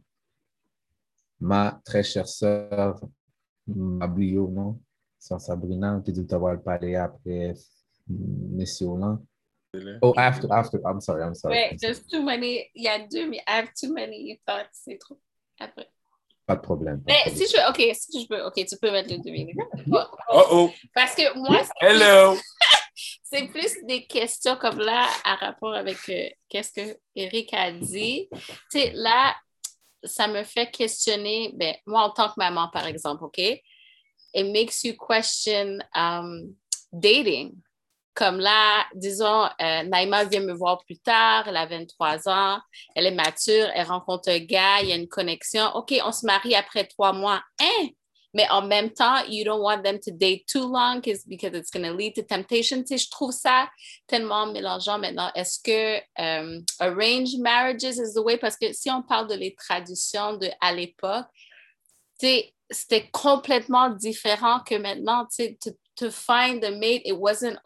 Ma très chère sœur, Mablio, non? Sœur Sabrina, qui dit t'avoir parlé après Monsieur là. Oh, after. I'm sorry. Ouais, there's too many. Il y a deux, mais I have too many thoughts. C'est trop. Après. Pas de problème. Mais si je peux, tu peux mettre le 2 minutes. Oh. Parce que moi, hello. C'est plus des questions comme là, à rapport avec qu'est-ce que Eric a dit. Tu sais, là, ça me fait questionner, ben, moi, en tant que maman, par exemple, OK? It makes you question dating. Comme là, disons, Naïma vient me voir plus tard, elle a 23 ans, elle est mature, elle rencontre un gars, il y a une connexion. OK, on se marie après 3 mois. Hein? Mais en même temps, you don't want them to date too long because it's going to lead to temptation. Tu sais, je trouve ça tellement mélangeant maintenant. Est-ce que arranged marriages is the way? Parce que si on parle de les traditions à l'époque, tu sais, c'était complètement différent que maintenant. Tu sais, to find a mate, it wasn't,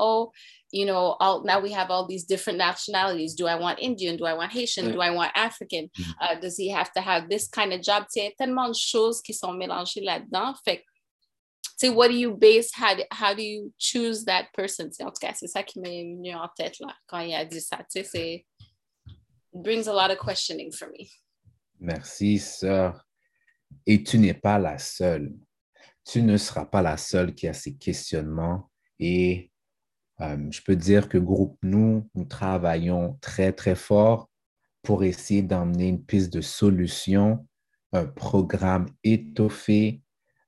now we have all these different nationalities. Do I want Indian? Do I want Haitian? Do I want African? Does he have to have this kind of job? Il y a tellement de choses qui sont mélangées là-dedans. Fait que, what do you base, how do you choose that person? En tout cas, c'est ça qui m'est venu en tête là, quand il a dit ça. It brings a lot of questioning for me. Merci, sœur. Et tu n'es pas la seule. Tu ne seras pas la seule qui a ces questionnements. Et je peux dire que groupe nous travaillons très, très fort pour essayer d'emmener une piste de solution, un programme étoffé,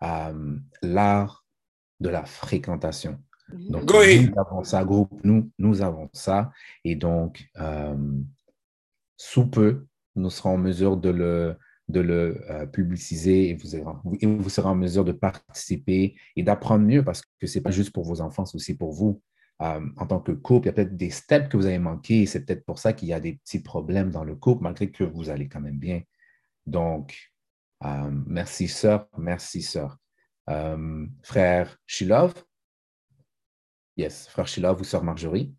l'art de la fréquentation. Donc, nous avons ça, groupe nous avons ça. Et donc, sous peu, nous serons en mesure de le publiciser et vous serez en mesure de participer et d'apprendre mieux parce que ce n'est pas juste pour vos enfants, c'est aussi pour vous. En tant que couple, il y a peut-être des steps que vous avez manqués et c'est peut-être pour ça qu'il y a des petits problèmes dans le couple, malgré que vous allez quand même bien. Donc, merci, sœur. Merci, sœur. Frère Shilov? Yes, frère Shilov ou sœur Marjorie?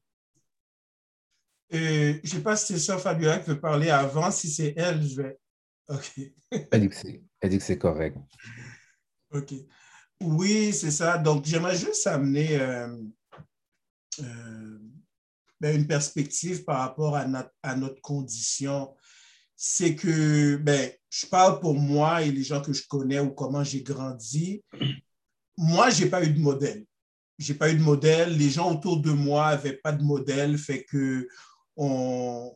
Je ne sais pas si c'est sœur Fabiola qui veut parler avant. Si c'est elle, je vais... OK. Elle dit que c'est correct. OK. Oui, c'est ça. Donc, j'aimerais juste amener une perspective par rapport à notre condition. C'est que, je parle pour moi et les gens que je connais ou comment j'ai grandi. Moi, je n'ai pas eu de modèle. J'ai pas eu de modèle. Les gens autour de moi n'avaient pas de modèle. Fait que on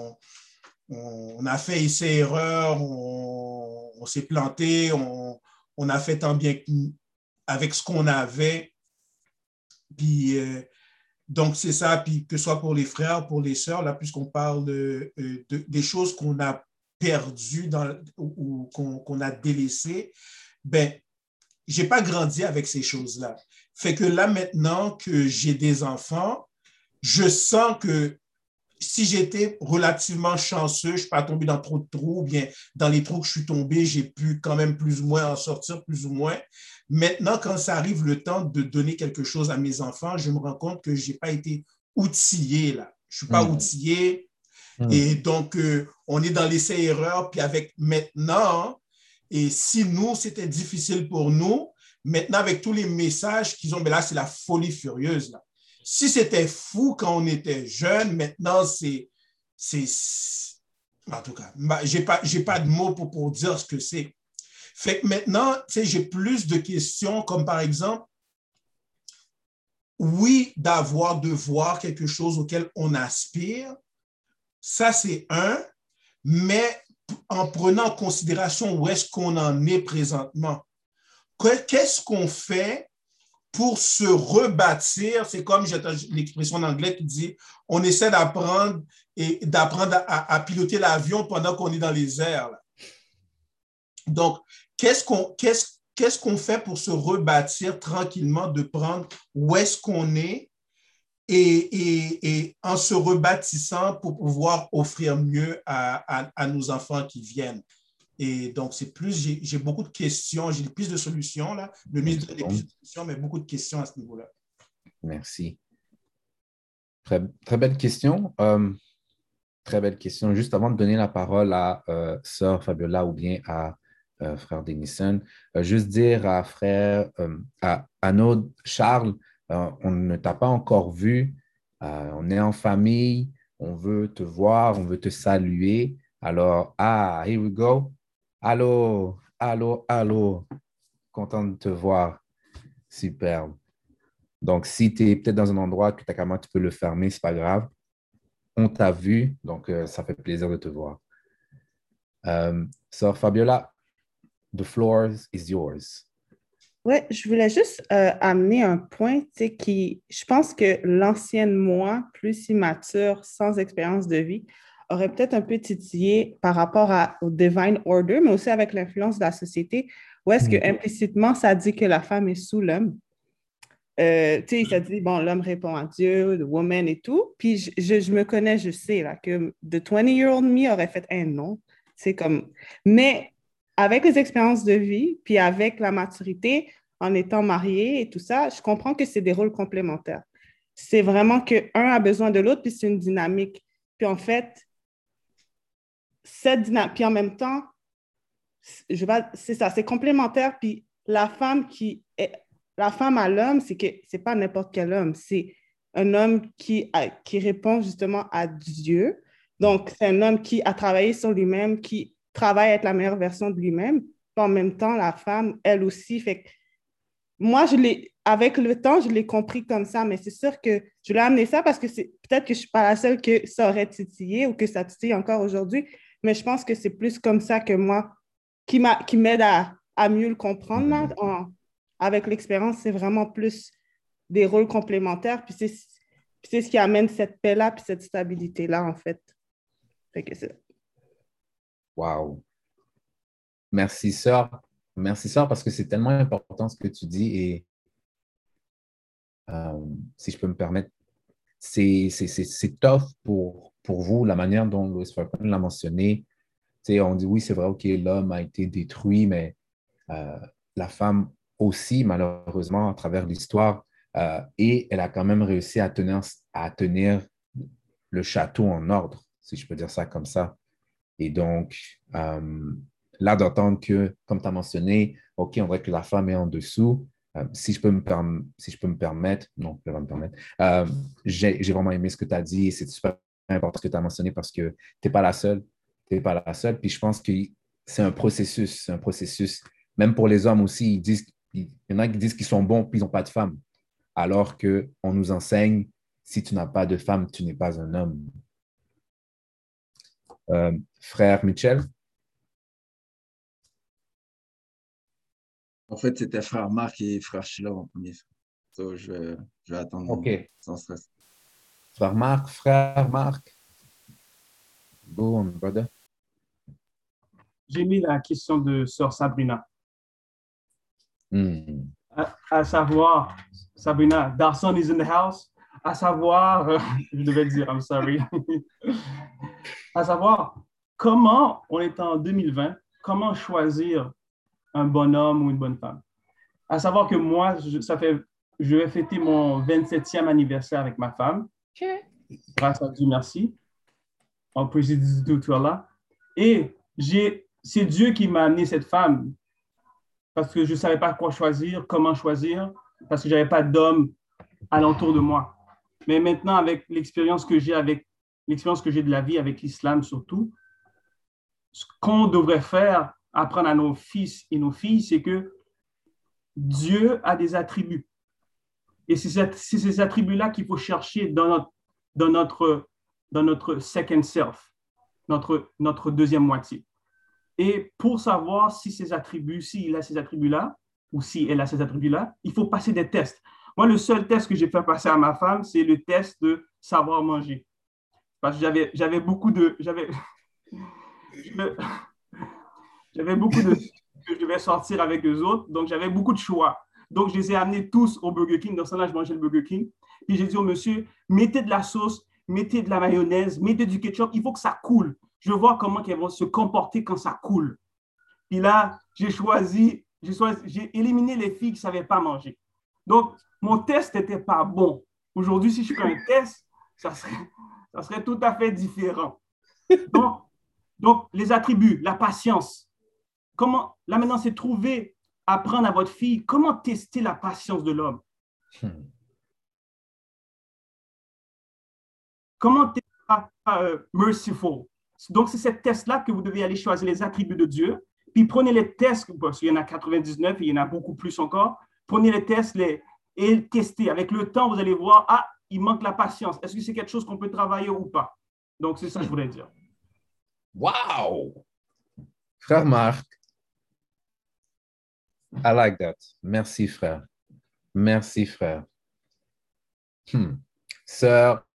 a fait essais-erreurs, on s'est planté, on a fait tant bien avec ce qu'on avait. Puis, donc, c'est ça. Puis, que ce soit pour les frères, pour les sœurs, là, puisqu'on parle des choses qu'on a perdues ou qu'on a délaissées, je n'ai pas grandi avec ces choses-là. Fait que là, maintenant que j'ai des enfants, je sens que si j'étais relativement chanceux, je ne suis pas tombé dans trop de trous, ou bien dans les trous que je suis tombé, j'ai pu quand même plus ou moins en sortir, plus ou moins. Maintenant, quand ça arrive le temps de donner quelque chose à mes enfants, je me rends compte que je n'ai pas été outillé là. Je ne suis pas outillé. Et donc, on est dans l'essai-erreur, puis avec maintenant, et si nous, c'était difficile pour nous, maintenant, avec tous les messages qu'ils ont, là, c'est la folie furieuse, là. Si c'était fou quand on était jeune, maintenant, c'est en tout cas, j'ai pas de mots pour dire ce que c'est. Fait que maintenant, j'ai plus de questions, comme par exemple, oui, de voir quelque chose auquel on aspire, ça, c'est un, mais en prenant en considération où est-ce qu'on en est présentement. Qu'est-ce qu'on fait pour se rebâtir? C'est comme l'expression en anglais qui dit, on essaie d'apprendre à piloter l'avion pendant qu'on est dans les airs. Là. Donc, qu'est-ce qu'on fait pour se rebâtir tranquillement, de prendre où est-ce qu'on est et en se rebâtissant pour pouvoir offrir mieux à nos enfants qui viennent. Et donc, c'est plus, j'ai beaucoup de questions, j'ai plus de solutions, là. Le ministre a plus de solutions, mais beaucoup de questions à ce niveau-là. Merci. Très, très belle question. Très belle question. Juste avant de donner la parole à Sœur Fabiola ou bien à Frère Denison, juste dire à Frère, à Arnaud, Charles, on ne t'a pas encore vu. On est en famille. On veut te voir, on veut te saluer. Alors, here we go. Allô, allô, allô. Content de te voir. Superbe. Donc, si tu es peut-être dans un endroit que tu peux le fermer, ce n'est pas grave. On t'a vu, donc ça fait plaisir de te voir. Sœur Fabiola, the floor is yours. Oui, je voulais juste amener un point, je pense que l'ancienne moi, plus immature, sans expérience de vie, aurait peut-être un peu titillé par rapport au divine order, mais aussi avec l'influence de la société, où est-ce que implicitement, ça dit que la femme est sous l'homme. Ça dit, bon, l'homme répond à Dieu, the woman et tout. Puis je me connais, je sais là, que the 20-year-old me aurait fait un non. C'est comme... Mais avec les expériences de vie, puis avec la maturité, en étant marié et tout ça, je comprends que c'est des rôles complémentaires. C'est vraiment qu'un a besoin de l'autre, puis c'est une dynamique. Puis en fait, puis en même temps, c'est ça, c'est complémentaire. Puis la femme à l'homme, c'est que c'est pas n'importe quel homme, c'est un homme qui répond justement à Dieu. Donc, c'est un homme qui a travaillé sur lui-même, qui travaille à être la meilleure version de lui-même. Puis en même temps, la femme, elle aussi, fait que moi, avec le temps, je l'ai compris comme ça, mais c'est sûr que je l'ai amené ça parce que peut-être que je ne suis pas la seule que ça aurait titillé ou que ça titille encore aujourd'hui, mais je pense que c'est plus comme ça que moi, qui m'aide à mieux le comprendre. Là, avec l'expérience, c'est vraiment plus des rôles complémentaires, puis c'est ce qui amène cette paix-là, puis cette stabilité-là, en fait. Fait que c'est... Wow. Merci, sœur. Merci, sœur, parce que c'est tellement important ce que tu dis et si je peux me permettre, c'est tough pour vous, la manière dont Louis Farrakhan l'a mentionné. On dit oui, c'est vrai, OK, l'homme a été détruit, mais la femme aussi, malheureusement, à travers l'histoire, et elle a quand même réussi à tenir le château en ordre, si je peux dire ça comme ça. Et donc, là, d'entendre que, comme tu as mentionné, OK, on dirait que la femme est en dessous, Si je peux me permettre, non, je ne vais pas me permettre. J'ai vraiment aimé ce que tu as dit et c'est super important ce que tu as mentionné parce que tu n'es pas la seule. Tu n'es pas la seule. Puis je pense que c'est un processus. C'est un processus. Même pour les hommes aussi, il y en a qui disent qu'ils sont bons puis ils n'ont pas de femme. Alors qu'on nous enseigne, si tu n'as pas de femme, tu n'es pas un homme. Frère Michel? En fait, c'était frère Marc et frère Sheila en premier. So, je vais attendre OK. sans stress. Frère Marc. Go on, brother. J'ai mis la question de sœur Sabrina. À savoir, Sabrina, Darson is in the house. À savoir, je devais dire, I'm sorry. À savoir, comment, on est en 2020, comment choisir un bon homme ou une bonne femme? À savoir que moi, je vais fêter mon 27e anniversaire avec ma femme. Grâce à Dieu, merci. En président de Allah. Et c'est Dieu qui m'a amené cette femme parce que je ne savais pas quoi choisir, comment choisir, parce que je n'avais pas d'homme alentour de moi. Mais maintenant, avec l'expérience que j'ai de la vie avec l'islam surtout, ce qu'on devrait faire, apprendre à nos fils et nos filles, c'est que Dieu a des attributs. Et c'est ces attributs-là qu'il faut chercher dans notre second self, notre deuxième moitié. Et pour savoir si s'il a ces attributs-là, ou si elle a ces attributs-là, il faut passer des tests. Moi, le seul test que j'ai fait passer à ma femme, c'est le test de savoir manger. Parce que j'avais beaucoup de que je devais sortir avec eux autres, donc j'avais beaucoup de choix. Donc, je les ai amenés tous au Burger King. Dans ce temps-là, je mangeais le Burger King. Puis j'ai dit au monsieur, mettez de la sauce, mettez de la mayonnaise, mettez du ketchup, il faut que ça coule. Je veux voir comment elles vont se comporter quand ça coule. Puis là, j'ai éliminé les filles qui ne savaient pas manger. Donc, mon test n'était pas bon. Aujourd'hui, si je fais un test, ça serait tout à fait différent. Donc, les attributs, la patience. Là maintenant, c'est apprendre à votre fille comment tester la patience de l'homme. Comment tester merciful. Donc, c'est cette test-là que vous devez aller choisir les attributs de Dieu. Puis prenez les tests, parce qu'il y en a 99 et il y en a beaucoup plus encore. Prenez les tests et testez. Avec le temps, vous allez voir, il manque la patience. Est-ce que c'est quelque chose qu'on peut travailler ou pas? Donc, c'est ça que je voulais dire. Wow! Frère Marc. I like that. Merci, frère. Merci, frère. Sœur.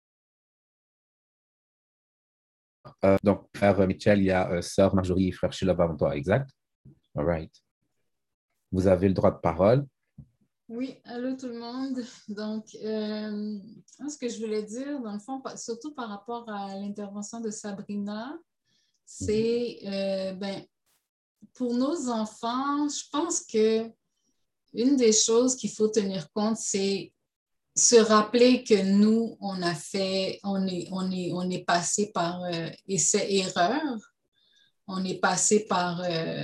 Donc, frère Michel, il y a sœur Marjorie et frère Sheila avant toi, exact? All right. Vous avez le droit de parole. Oui, allô tout le monde. Donc, ce que je voulais dire, dans le fond, surtout par rapport à l'intervention de Sabrina, c'est, pour nos enfants, je pense que une des choses qu'il faut tenir compte, c'est se rappeler que nous, on est passé par essais-erreurs, on est passé par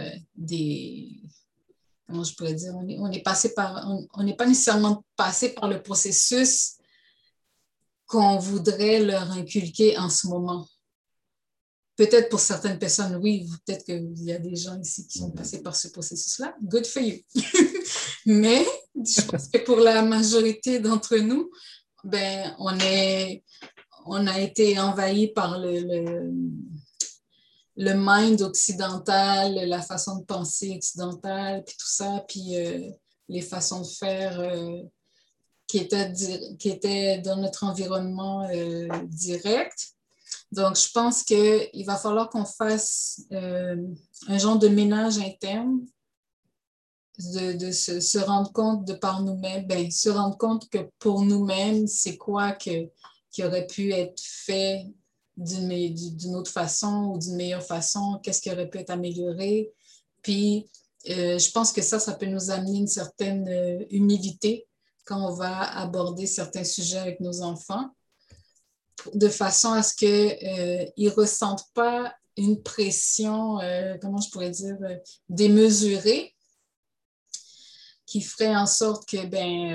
comment je pourrais dire, on n'est pas nécessairement passé par le processus qu'on voudrait leur inculquer en ce moment. Peut-être pour certaines personnes, oui, peut-être qu'il y a des gens ici qui sont passés par ce processus-là. Good for you. Mais je pense que pour la majorité d'entre nous, on a été envahis par le mind occidental, la façon de penser occidentale, puis tout ça, puis les façons de faire qui étaient dans notre environnement direct. Donc, je pense qu'il va falloir qu'on fasse un genre de ménage interne, de se rendre compte de par nous-mêmes, se rendre compte que pour nous-mêmes, c'est quoi qui aurait pu être fait d'une autre façon ou d'une meilleure façon, qu'est-ce qui aurait pu être amélioré. Puis, je pense que ça peut nous amener une certaine humilité quand on va aborder certains sujets avec nos enfants, de façon à ce qu'ils ne ressentent pas une pression, comment je pourrais dire, démesurée, qui ferait en sorte que,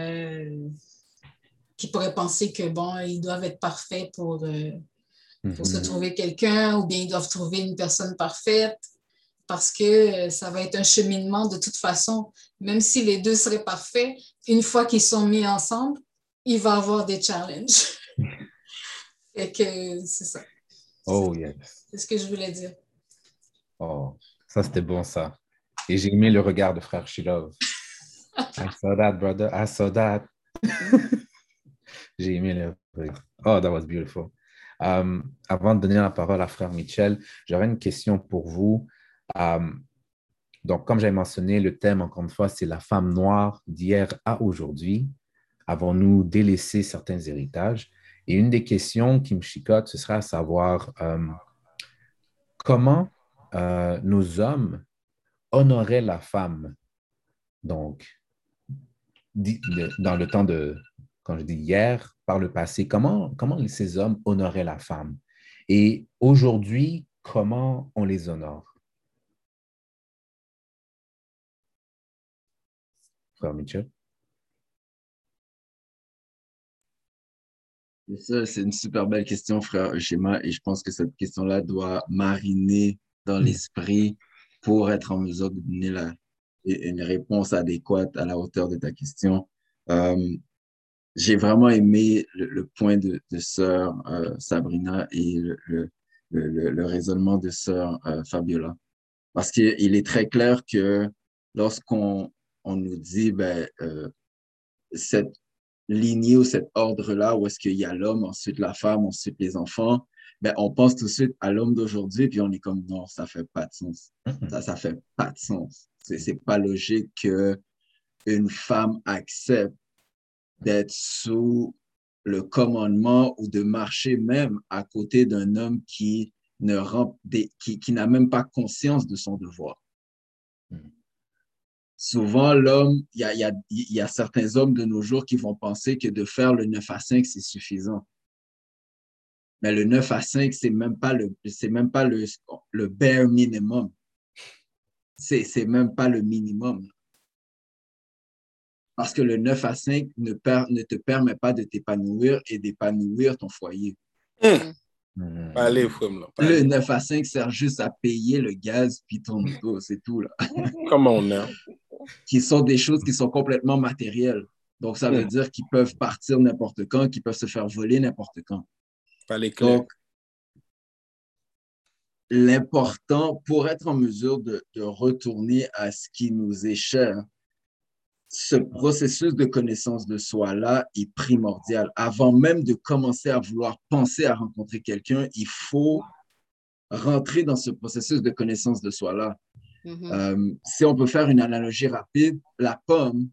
qui pourraient penser que, bon, ils doivent être parfaits pour se trouver quelqu'un, ou bien ils doivent trouver une personne parfaite, parce que ça va être un cheminement de toute façon. Même si les deux seraient parfaits, une fois qu'ils sont mis ensemble, il va y avoir des challenges. Et que c'est ça. Oh, yes. C'est ce que je voulais dire. Oh, ça, c'était bon, ça. Et j'ai aimé le regard de frère Shilov. I saw that, brother. I saw that. J'ai aimé le regard. Oh, that was beautiful. Avant de donner la parole à frère Michel, j'aurais une question pour vous. Donc, comme j'avais mentionné, le thème, encore une fois, c'est la femme noire d'hier à aujourd'hui. Avons-nous délaissé certains héritages? Et une des questions qui me chicote, ce serait à savoir comment nos hommes honoraient la femme. Donc, dans le temps de, quand je dis hier, par le passé, comment ces hommes honoraient la femme? Et aujourd'hui, comment on les honore? Frère Mitchell? Ça, c'est une super belle question, frère Eushema, et je pense que cette question-là doit mariner dans l'esprit pour être en mesure de donner une réponse adéquate à la hauteur de ta question. J'ai vraiment aimé le point de sœur Sabrina et le raisonnement de sœur Fabiola. Parce qu'il est très clair que lorsqu'on nous dit cette lignée ou cet ordre-là, où est-ce qu'il y a l'homme, ensuite la femme, ensuite les enfants, on pense tout de suite à l'homme d'aujourd'hui, puis on est comme non, ça fait pas de sens. Ça fait pas de sens. C'est pas logique qu'une femme accepte d'être sous le commandement ou de marcher même à côté d'un homme qui n'a même pas conscience de son devoir. Souvent, l'homme, il y a certains hommes de nos jours qui vont penser que de faire le 9 à 5, c'est suffisant. Mais le 9 à 5, c'est même pas le bare minimum. C'est même pas le minimum. Parce que le 9 à 5 ne te permet pas de t'épanouir et d'épanouir ton foyer. Allez, le 9 à 5 sert juste à payer le gaz puis ton auto, c'est tout, là. Comment on a? Qui sont des choses qui sont complètement matérielles. Donc, ça veut dire qu'ils peuvent partir n'importe quand, qu'ils peuvent se faire voler n'importe quand. Donc, l'important, pour être en mesure de retourner à ce qui nous est cher, ce processus de connaissance de soi-là est primordial. Avant même de commencer à vouloir penser à rencontrer quelqu'un, il faut rentrer dans ce processus de connaissance de soi-là. Si on peut faire une analogie rapide, la pomme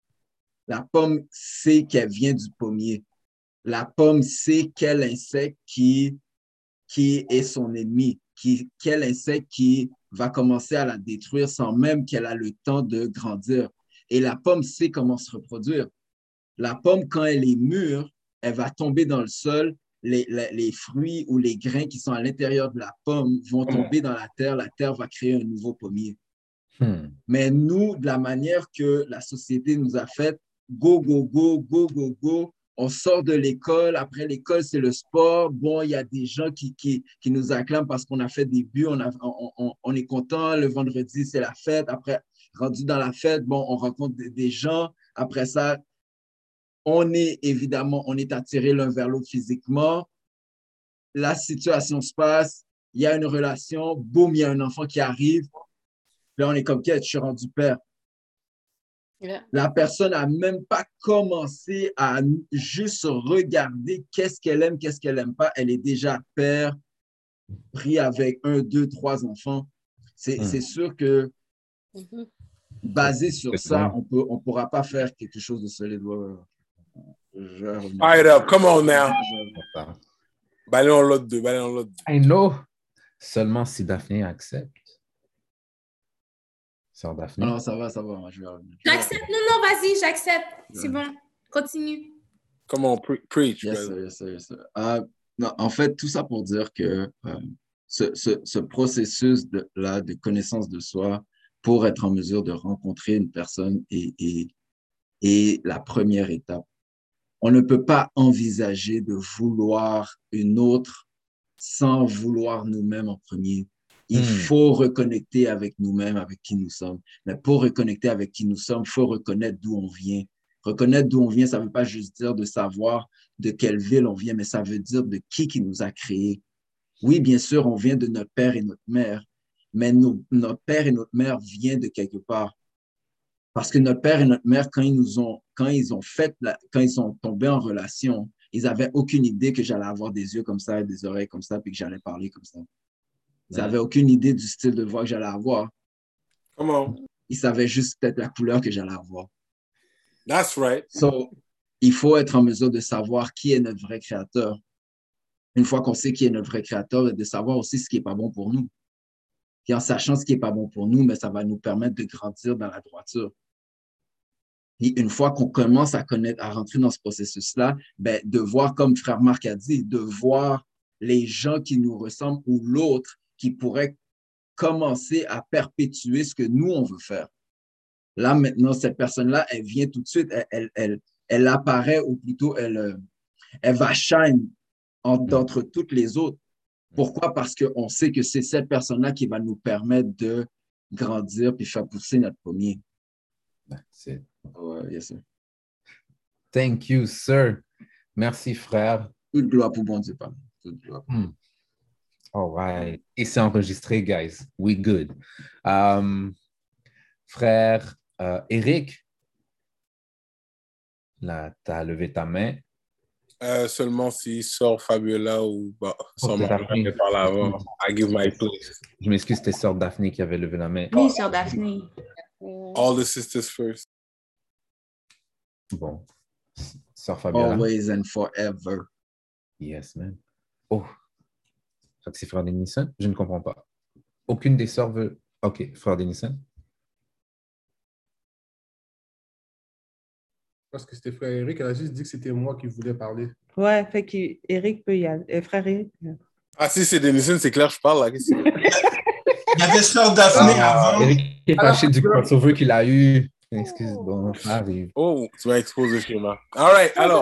sait qu'elle vient du pommier. La pomme sait quel insecte qui est son ennemi, quel insecte qui va commencer à la détruire sans même qu'elle a le temps de grandir. Et la pomme sait comment se reproduire. La pomme, quand elle est mûre, elle va tomber dans le sol. Les fruits ou les grains qui sont à l'intérieur de la pomme vont tomber dans la terre va créer un nouveau pommier. Mais nous, de la manière que la société nous a fait, go, go, go, go, go, go, on sort de l'école, après l'école, c'est le sport. Bon, il y a des gens qui nous acclament parce qu'on a fait des buts, on est content, le vendredi, c'est la fête. Après, rendu dans la fête, bon, on rencontre des gens. Après ça, on est attiré l'un vers l'autre physiquement. La situation se passe, il y a une relation, boum, il y a un enfant qui arrive. Là, on est comme, je suis rendu père. Yeah. La personne n'a même pas commencé à juste regarder qu'est-ce qu'elle aime, qu'est-ce qu'elle n'aime pas. Elle est déjà père, pris avec 1, 2, 3 enfants. C'est sûr que basé sur ça, on pourra pas faire quelque chose de solide. All right up, come on now. Ballon l'autre deux. I know. Seulement si Daphné accepte. Sœur Daphné. Non, ça va, je vais revenir. J'accepte, non, vas-y, j'accepte. C'est bon, continue. Comment preach, yes, sir. Non, en fait, tout ça pour dire que ce processus de connaissance de soi pour être en mesure de rencontrer une personne et la première étape. On ne peut pas envisager de vouloir une autre sans vouloir nous-mêmes en premier. Il faut reconnecter avec nous-mêmes, avec qui nous sommes. Mais pour reconnecter avec qui nous sommes, il faut reconnaître d'où on vient. Reconnaître d'où on vient, ça ne veut pas juste dire de savoir de quelle ville on vient, mais ça veut dire de qui nous a créés. Oui, bien sûr, on vient de notre père et notre mère, mais notre père et notre mère viennent de quelque part. Parce que notre père et notre mère, quand ils sont tombés en relation, ils n'avaient aucune idée que j'allais avoir des yeux comme ça, des oreilles comme ça, puis que j'allais parler comme ça. Ils n'avaient aucune idée du style de voix que j'allais avoir. Comment? Ils savaient juste peut-être la couleur que j'allais avoir. That's right. So, il faut être en mesure de savoir qui est notre vrai créateur. Une fois qu'on sait qui est notre vrai créateur, de savoir aussi ce qui n'est pas bon pour nous. Puis en sachant ce qui n'est pas bon pour nous, mais ça va nous permettre de grandir dans la droiture. Et une fois qu'on commence à connaître, à rentrer dans ce processus-là, ben, de voir, comme frère Marc a dit, de voir les gens qui nous ressemblent ou l'autre qui pourrait commencer à perpétuer ce que nous, on veut faire. Là, maintenant, cette personne-là, elle vient tout de suite, elle apparaît, ou plutôt, elle va shine d'entre toutes les autres. Pourquoi? Parce qu'on sait que c'est cette personne-là qui va nous permettre de grandir puis faire pousser notre pommier. That's it. Yes, sir. Thank you, sir. Merci, frère. Toute gloire pour bon Dieu, pardon. Toute gloire. All right. Et c'est enregistré, guys. We good. Frère Eric, là, tu as levé ta main. Seulement si sort Fabiola ou sans Daphné. par là avant. I give my place. Je m'excuse, c'était sœur Daphné qui avait levé la main. Oui, sœur Daphné. All the sisters first. Bon. Sœur Fabiola. Always and forever. Yes, man. Oh. Fait que c'est frère Denison? Je ne comprends pas. Aucune des sœurs veut... OK, frère Denison. Parce que c'était frère Eric, elle a juste dit que c'était moi qui voulais parler. Ouais, fait qu'Éric peut y aller. Frère Eric. Ah, si c'est Denison, c'est clair, je parle là. Il y avait sœur Daphné avant. Eric est fâché du crossover qu'il a eu. Excuse, bon, ça arrive. Oh, tu m'as exposé le schéma. All right, alors.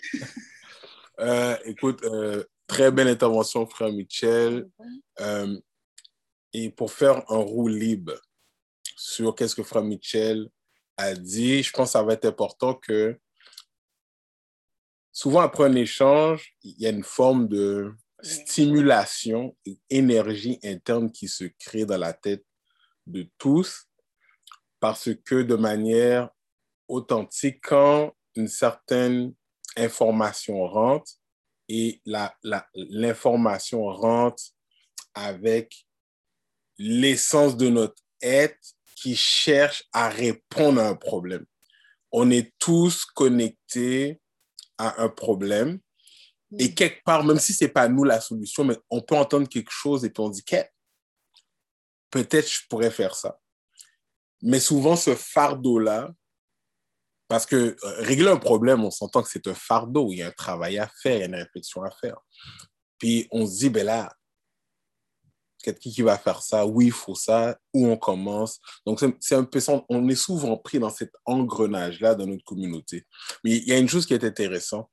Écoute, très belle intervention, frère Michel. Et pour faire un roue libre sur qu'est-ce que frère Michel a dit, je pense que ça va être important que souvent après un échange, il y a une forme de stimulation et énergie interne qui se crée dans la tête de tous parce que de manière authentique, quand une certaine information rentre et l'information rentre avec l'essence de notre être qui cherche à répondre à un problème. On est tous connectés à un problème et quelque part, même si ce n'est pas nous la solution, mais on peut entendre quelque chose et puis on dit peut-être je pourrais faire ça. Mais souvent, ce fardeau-là, parce que régler un problème, on s'entend que c'est un fardeau, il y a un travail à faire, il y a une réflexion à faire. Puis on se dit, ben là, qui va faire ça? Oui, il faut ça. Où on commence? Donc, c'est un peu ça. On est souvent pris dans cet engrenage-là dans notre communauté. Mais il y a une chose qui est intéressante.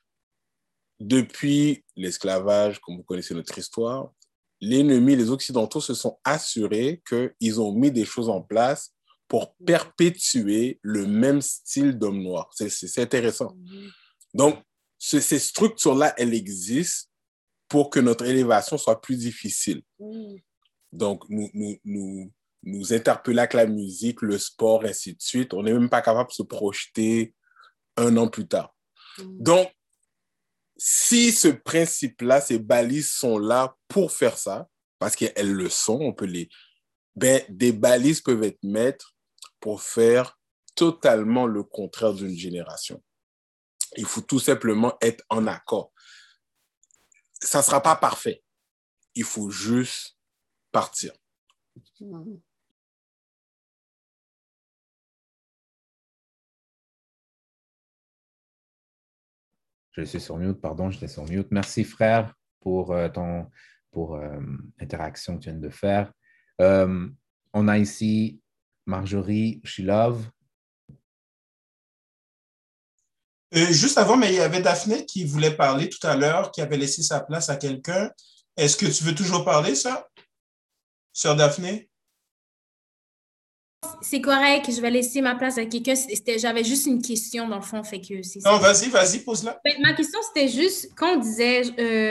Depuis l'esclavage, comme vous connaissez notre histoire, l'ennemi, les Occidentaux se sont assurés qu'ils ont mis des choses en place pour perpétuer le même style d'homme noir. C'est intéressant. Donc, ces structures-là, elles existent pour que notre élévation soit plus difficile. Donc, nous interpeller avec la musique, le sport, ainsi de suite. On n'est même pas capable de se projeter un an plus tard. Donc, si ce principe-là, ces balises sont là pour faire ça, parce qu'elles le sont, on peut des balises peuvent être maîtres pour faire totalement le contraire d'une génération. Il faut tout simplement être en accord. Ça ne sera pas parfait. Il faut juste partir. Je suis sur mute, pardon, j'étais sur mute. Merci, frère, pour l'interaction que tu viens de faire. On a ici Marjorie, Shilov. Juste avant, mais il y avait Daphné qui voulait parler tout à l'heure, qui avait laissé sa place à quelqu'un. Est-ce que tu veux toujours parler, ça, sœur Daphné? C'est correct, je vais laisser ma place à quelqu'un. J'avais juste une question, dans le fond, fait que c'est Non, ça. vas-y, pose-la. Ma question, c'était juste, quand on disait,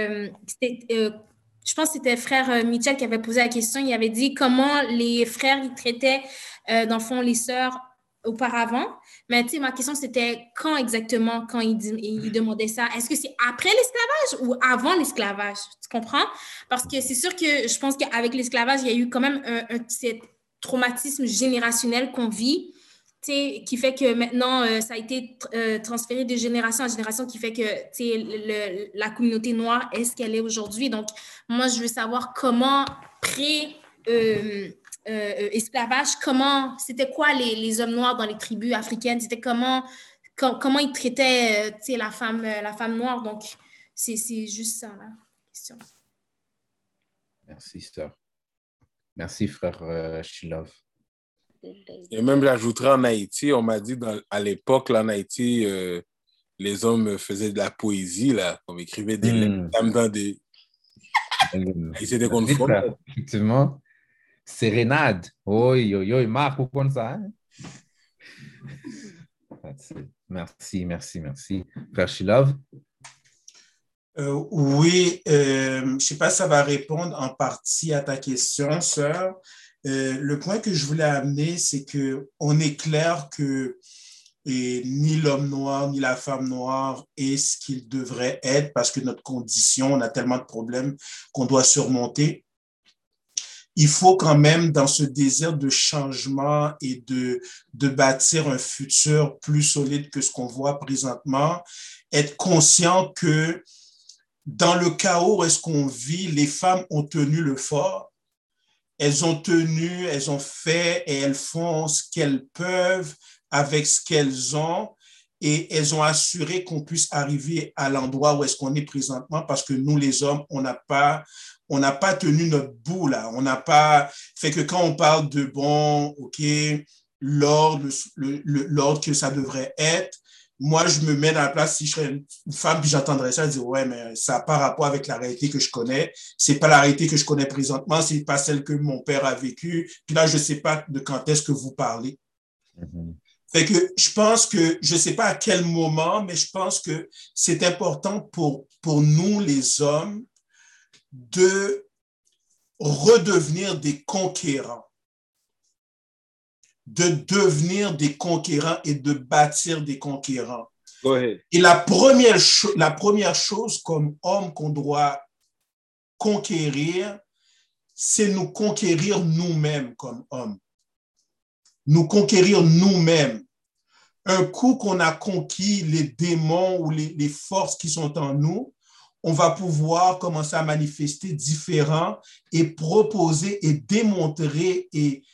je pense que c'était frère Mitchell qui avait posé la question, il avait dit comment les frères ils traitaient, dans le fond, les sœurs auparavant. Mais tu sais, ma question, c'était quand exactement, quand il demandait ça? Est-ce que c'est après l'esclavage ou avant l'esclavage? Tu comprends? Parce que c'est sûr que je pense qu'avec l'esclavage, il y a eu quand même cet traumatisme générationnel qu'on vit, qui fait que maintenant, ça a été transféré de génération en génération, qui fait que la communauté noire est ce qu'elle est aujourd'hui. Donc, moi, je veux savoir comment, esclavage, c'était quoi les hommes noirs dans les tribus africaines, c'était comment ils traitaient la femme noire. Donc, c'est juste ça, la question. Merci, sœur. Merci, frère Shilov. Et même, j'ajouterais en Haïti, on m'a dit à l'époque, là, en Haïti, les hommes faisaient de la poésie, là, on écrivait des lettres, même dans des... Ils s'étaient confondus. Effectivement. Sérénade. Oui, Marc, ou comme ça. Hein? Merci. Frère Shilov? Oui, je ne sais pas si ça va répondre en partie à ta question, sœur. Le point que je voulais amener, c'est qu'on est clair que ni l'homme noir, ni la femme noire est ce qu'il devrait être parce que notre condition, on a tellement de problèmes qu'on doit surmonter. Il faut quand même, dans ce désir de changement et de bâtir un futur plus solide que ce qu'on voit présentement, être conscient que dans le chaos où est-ce qu'on vit, les femmes ont tenu le fort. Elles ont tenu, elles ont fait et elles font ce qu'elles peuvent avec ce qu'elles ont et elles ont assuré qu'on puisse arriver à l'endroit où est-ce qu'on est présentement parce que nous, les hommes, on n'a pas tenu notre bout là. On n'a pas fait que quand on parle de bon, OK, l'ordre que ça devrait être, moi, je me mets dans la place, si je serais une femme, puis j'entendrais ça, je dis, ouais, mais ça n'a pas rapport avec la réalité que je connais. C'est pas la réalité que je connais présentement, c'est pas celle que mon père a vécue. Puis là, je sais pas de quand est-ce que vous parlez. Fait que je pense que, je sais pas à quel moment, mais je pense que c'est important pour nous, les hommes, de redevenir des conquérants. De devenir des conquérants et de bâtir des conquérants. Et la première chose comme homme qu'on doit conquérir, c'est nous conquérir nous-mêmes comme hommes. Nous conquérir nous-mêmes. Un coup qu'on a conquis les démons ou les forces qui sont en nous, on va pouvoir commencer à manifester différents et proposer et démontrer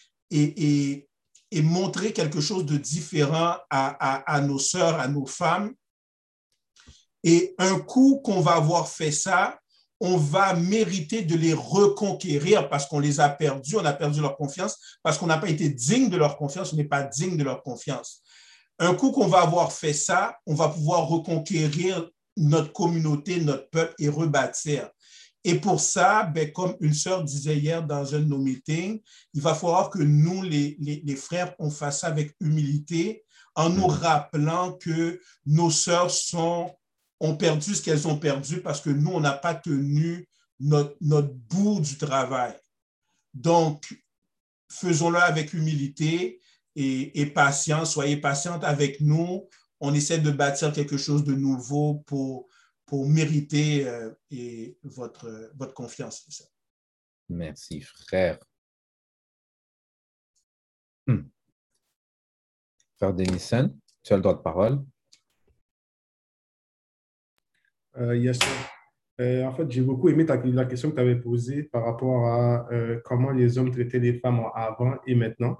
et montrer quelque chose de différent à nos sœurs, à nos femmes. Et un coup qu'on va avoir fait ça, on va mériter de les reconquérir parce qu'on les a perdus, on a perdu leur confiance, parce qu'on n'a pas été digne de leur confiance, on n'est pas digne de leur confiance. Un coup qu'on va avoir fait ça, on va pouvoir reconquérir notre communauté, notre peuple et rebâtir. Et pour ça, ben, comme une sœur disait hier dans un de nos meetings, il va falloir que nous, les frères, on fasse ça avec humilité, en nous rappelant que nos sœurs ont perdu ce qu'elles ont perdu parce que nous, on n'a pas tenu notre bout du travail. Donc, faisons-le avec humilité et patience. Soyez patiente avec nous. On essaie de bâtir quelque chose de nouveau pour mériter votre confiance. Merci, frère. Frère Denison, tu as le droit de parole. Yes, sir. En fait, j'ai beaucoup aimé la question que tu avais posée par rapport à comment les hommes traitaient les femmes avant et maintenant.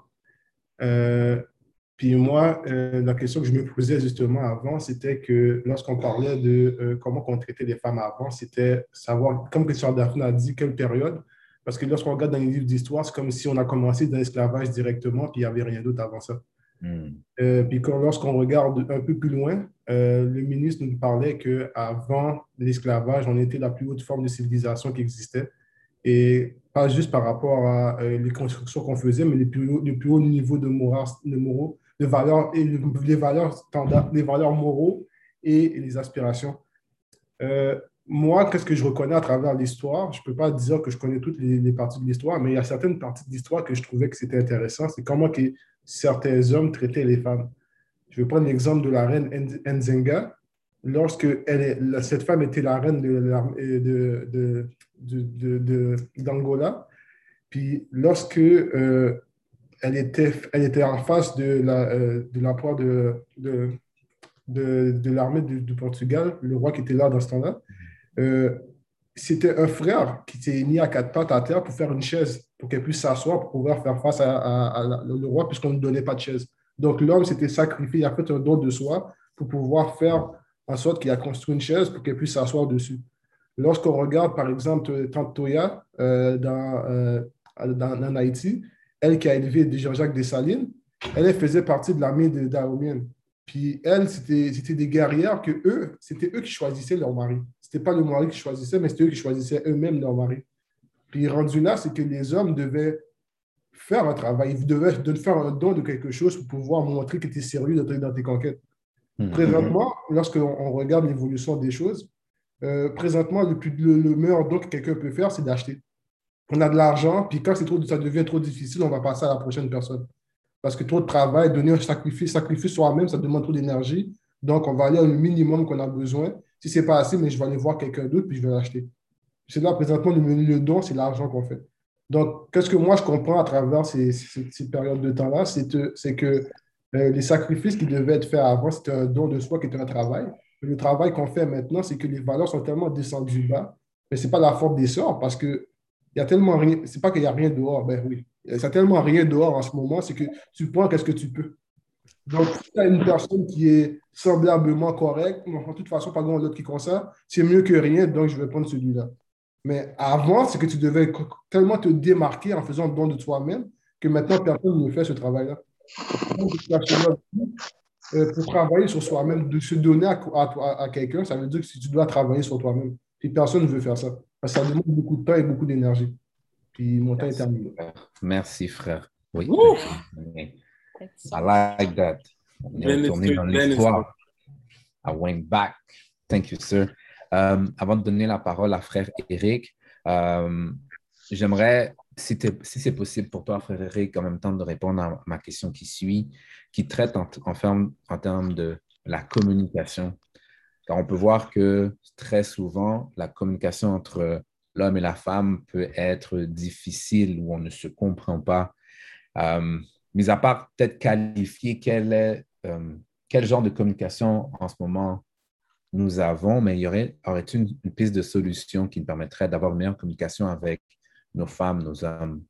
Puis moi, la question que je me posais justement avant, c'était que lorsqu'on parlait de comment on traitait les femmes avant, c'était savoir, comme Christian Daphné a dit, quelle période. Parce que lorsqu'on regarde dans les livres d'histoire, c'est comme si on a commencé dans l'esclavage directement, puis il n'y avait rien d'autre avant ça. Puis lorsqu'on regarde un peu plus loin, le ministre nous parlait qu'avant l'esclavage, on était la plus haute forme de civilisation qui existait. Et pas juste par rapport à les constructions qu'on faisait, mais le plus haut niveau de valeurs, et les valeurs standards, les valeurs moraux et les aspirations. Moi, qu'est-ce que je reconnais à travers l'histoire? Je ne peux pas dire que je connais toutes les parties de l'histoire, mais il y a certaines parties de l'histoire que je trouvais que c'était intéressant. C'est comment que certains hommes traitaient les femmes. Je vais prendre l'exemple de la reine Nzenga. Lorsque cette femme était la reine d'Angola, puis lorsque elle était en face de l'empereur de l'armée du Portugal, le roi qui était là dans ce temps-là, c'était un frère qui s'est mis à quatre pattes à terre pour faire une chaise, pour qu'elle puisse s'asseoir, pour pouvoir faire face le roi, puisqu'on ne donnait pas de chaise. Donc l'homme s'était sacrifié, il a fait un don de soi pour pouvoir faire en sorte qu'il a construit une chaise pour qu'elle puisse s'asseoir dessus. Lorsqu'on regarde, par exemple, Tante Toya en Haïti, elle qui a élevé Jean-Jacques Dessalines, elle faisait partie de l'armée dahomienne. Puis elles, c'était des guerrières c'était eux qui choisissaient leur mari. Ce n'était pas le mari qui choisissait, mais c'était eux qui choisissaient eux-mêmes leur mari. Puis rendu là, c'est que les hommes devaient faire un travail. Ils devaient faire un don de quelque chose pour pouvoir montrer que tu es sérieux dans tes conquêtes. Présentement, lorsqu'on regarde l'évolution des choses, présentement, le meilleur don que quelqu'un peut faire, c'est d'acheter. On a de l'argent, puis quand ça devient trop difficile, on va passer à la prochaine personne. Parce que trop de travail, donner un sacrifice soi-même, ça demande trop d'énergie. Donc, on va aller au minimum qu'on a besoin. Si ce n'est pas assez, mais je vais aller voir quelqu'un d'autre, puis je vais l'acheter. C'est là, présentement, le don, c'est l'argent qu'on fait. Donc, qu'est-ce que moi, je comprends à travers ces périodes de temps-là, c'est que les sacrifices qui devaient être faits avant, c'était un don de soi qui était un travail. Le travail qu'on fait maintenant, c'est que les valeurs sont tellement descendues bas, mais ce n'est pas la faute des sorts, parce que il y a tellement rien, c'est pas qu'il n'y a rien dehors, ben oui. Il y a tellement rien dehors en ce moment, c'est que tu prends qu'est-ce que tu peux. Donc, si tu as une personne qui est semblablement correcte, de toute façon, pas grand l'autre qui compte ça, c'est mieux que rien, donc je vais prendre celui-là. Mais avant, c'est que tu devais tellement te démarquer en faisant le don de toi-même que maintenant, personne ne fait ce travail-là. Donc, pour travailler sur soi-même, de se donner à quelqu'un, ça veut dire que si tu dois travailler sur toi-même. Puis personne ne veut faire ça. Parce que ça demande beaucoup de temps et beaucoup d'énergie. Puis mon temps est terminé. Merci, frère. Oui. I like that. On est retourné dans l'histoire. I went back. Thank you, sir. Avant de donner la parole à frère Eric, j'aimerais, si c'est possible pour toi, frère Eric, en même temps de répondre à ma question qui suit, qui traite en termes de la communication. Car on peut voir que très souvent, la communication entre l'homme et la femme peut être difficile ou on ne se comprend pas. Mis à part peut-être qualifier quel genre de communication en ce moment nous avons, mais aurait-il une piste de solution qui nous permettrait d'avoir une meilleure communication avec nos femmes, nos hommes?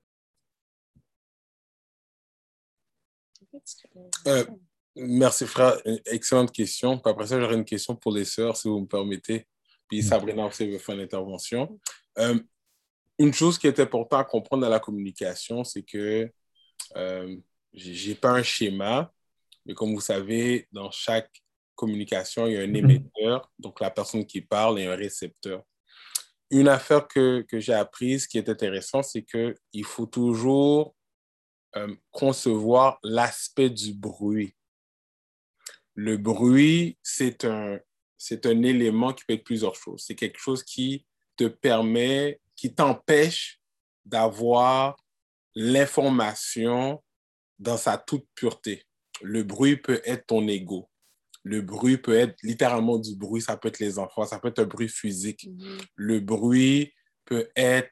Merci, frère. Excellente question. Puis après ça, j'aurais une question pour les sœurs, si vous me permettez. Puis Sabrina aussi veut faire une intervention. Une chose qui est importante à comprendre dans la communication, c'est que je n'ai pas un schéma, mais comme vous savez, dans chaque communication, il y a un émetteur, donc la personne qui parle, et un récepteur. Une affaire que j'ai apprise qui est intéressante, c'est qu'il faut toujours concevoir l'aspect du bruit. Le bruit, c'est un élément qui peut être plusieurs choses. C'est quelque chose qui te permet, qui t'empêche d'avoir l'information dans sa toute pureté. Le bruit peut être ton ego. Le bruit peut être littéralement du bruit, ça peut être les enfants, ça peut être un bruit physique. Le bruit peut être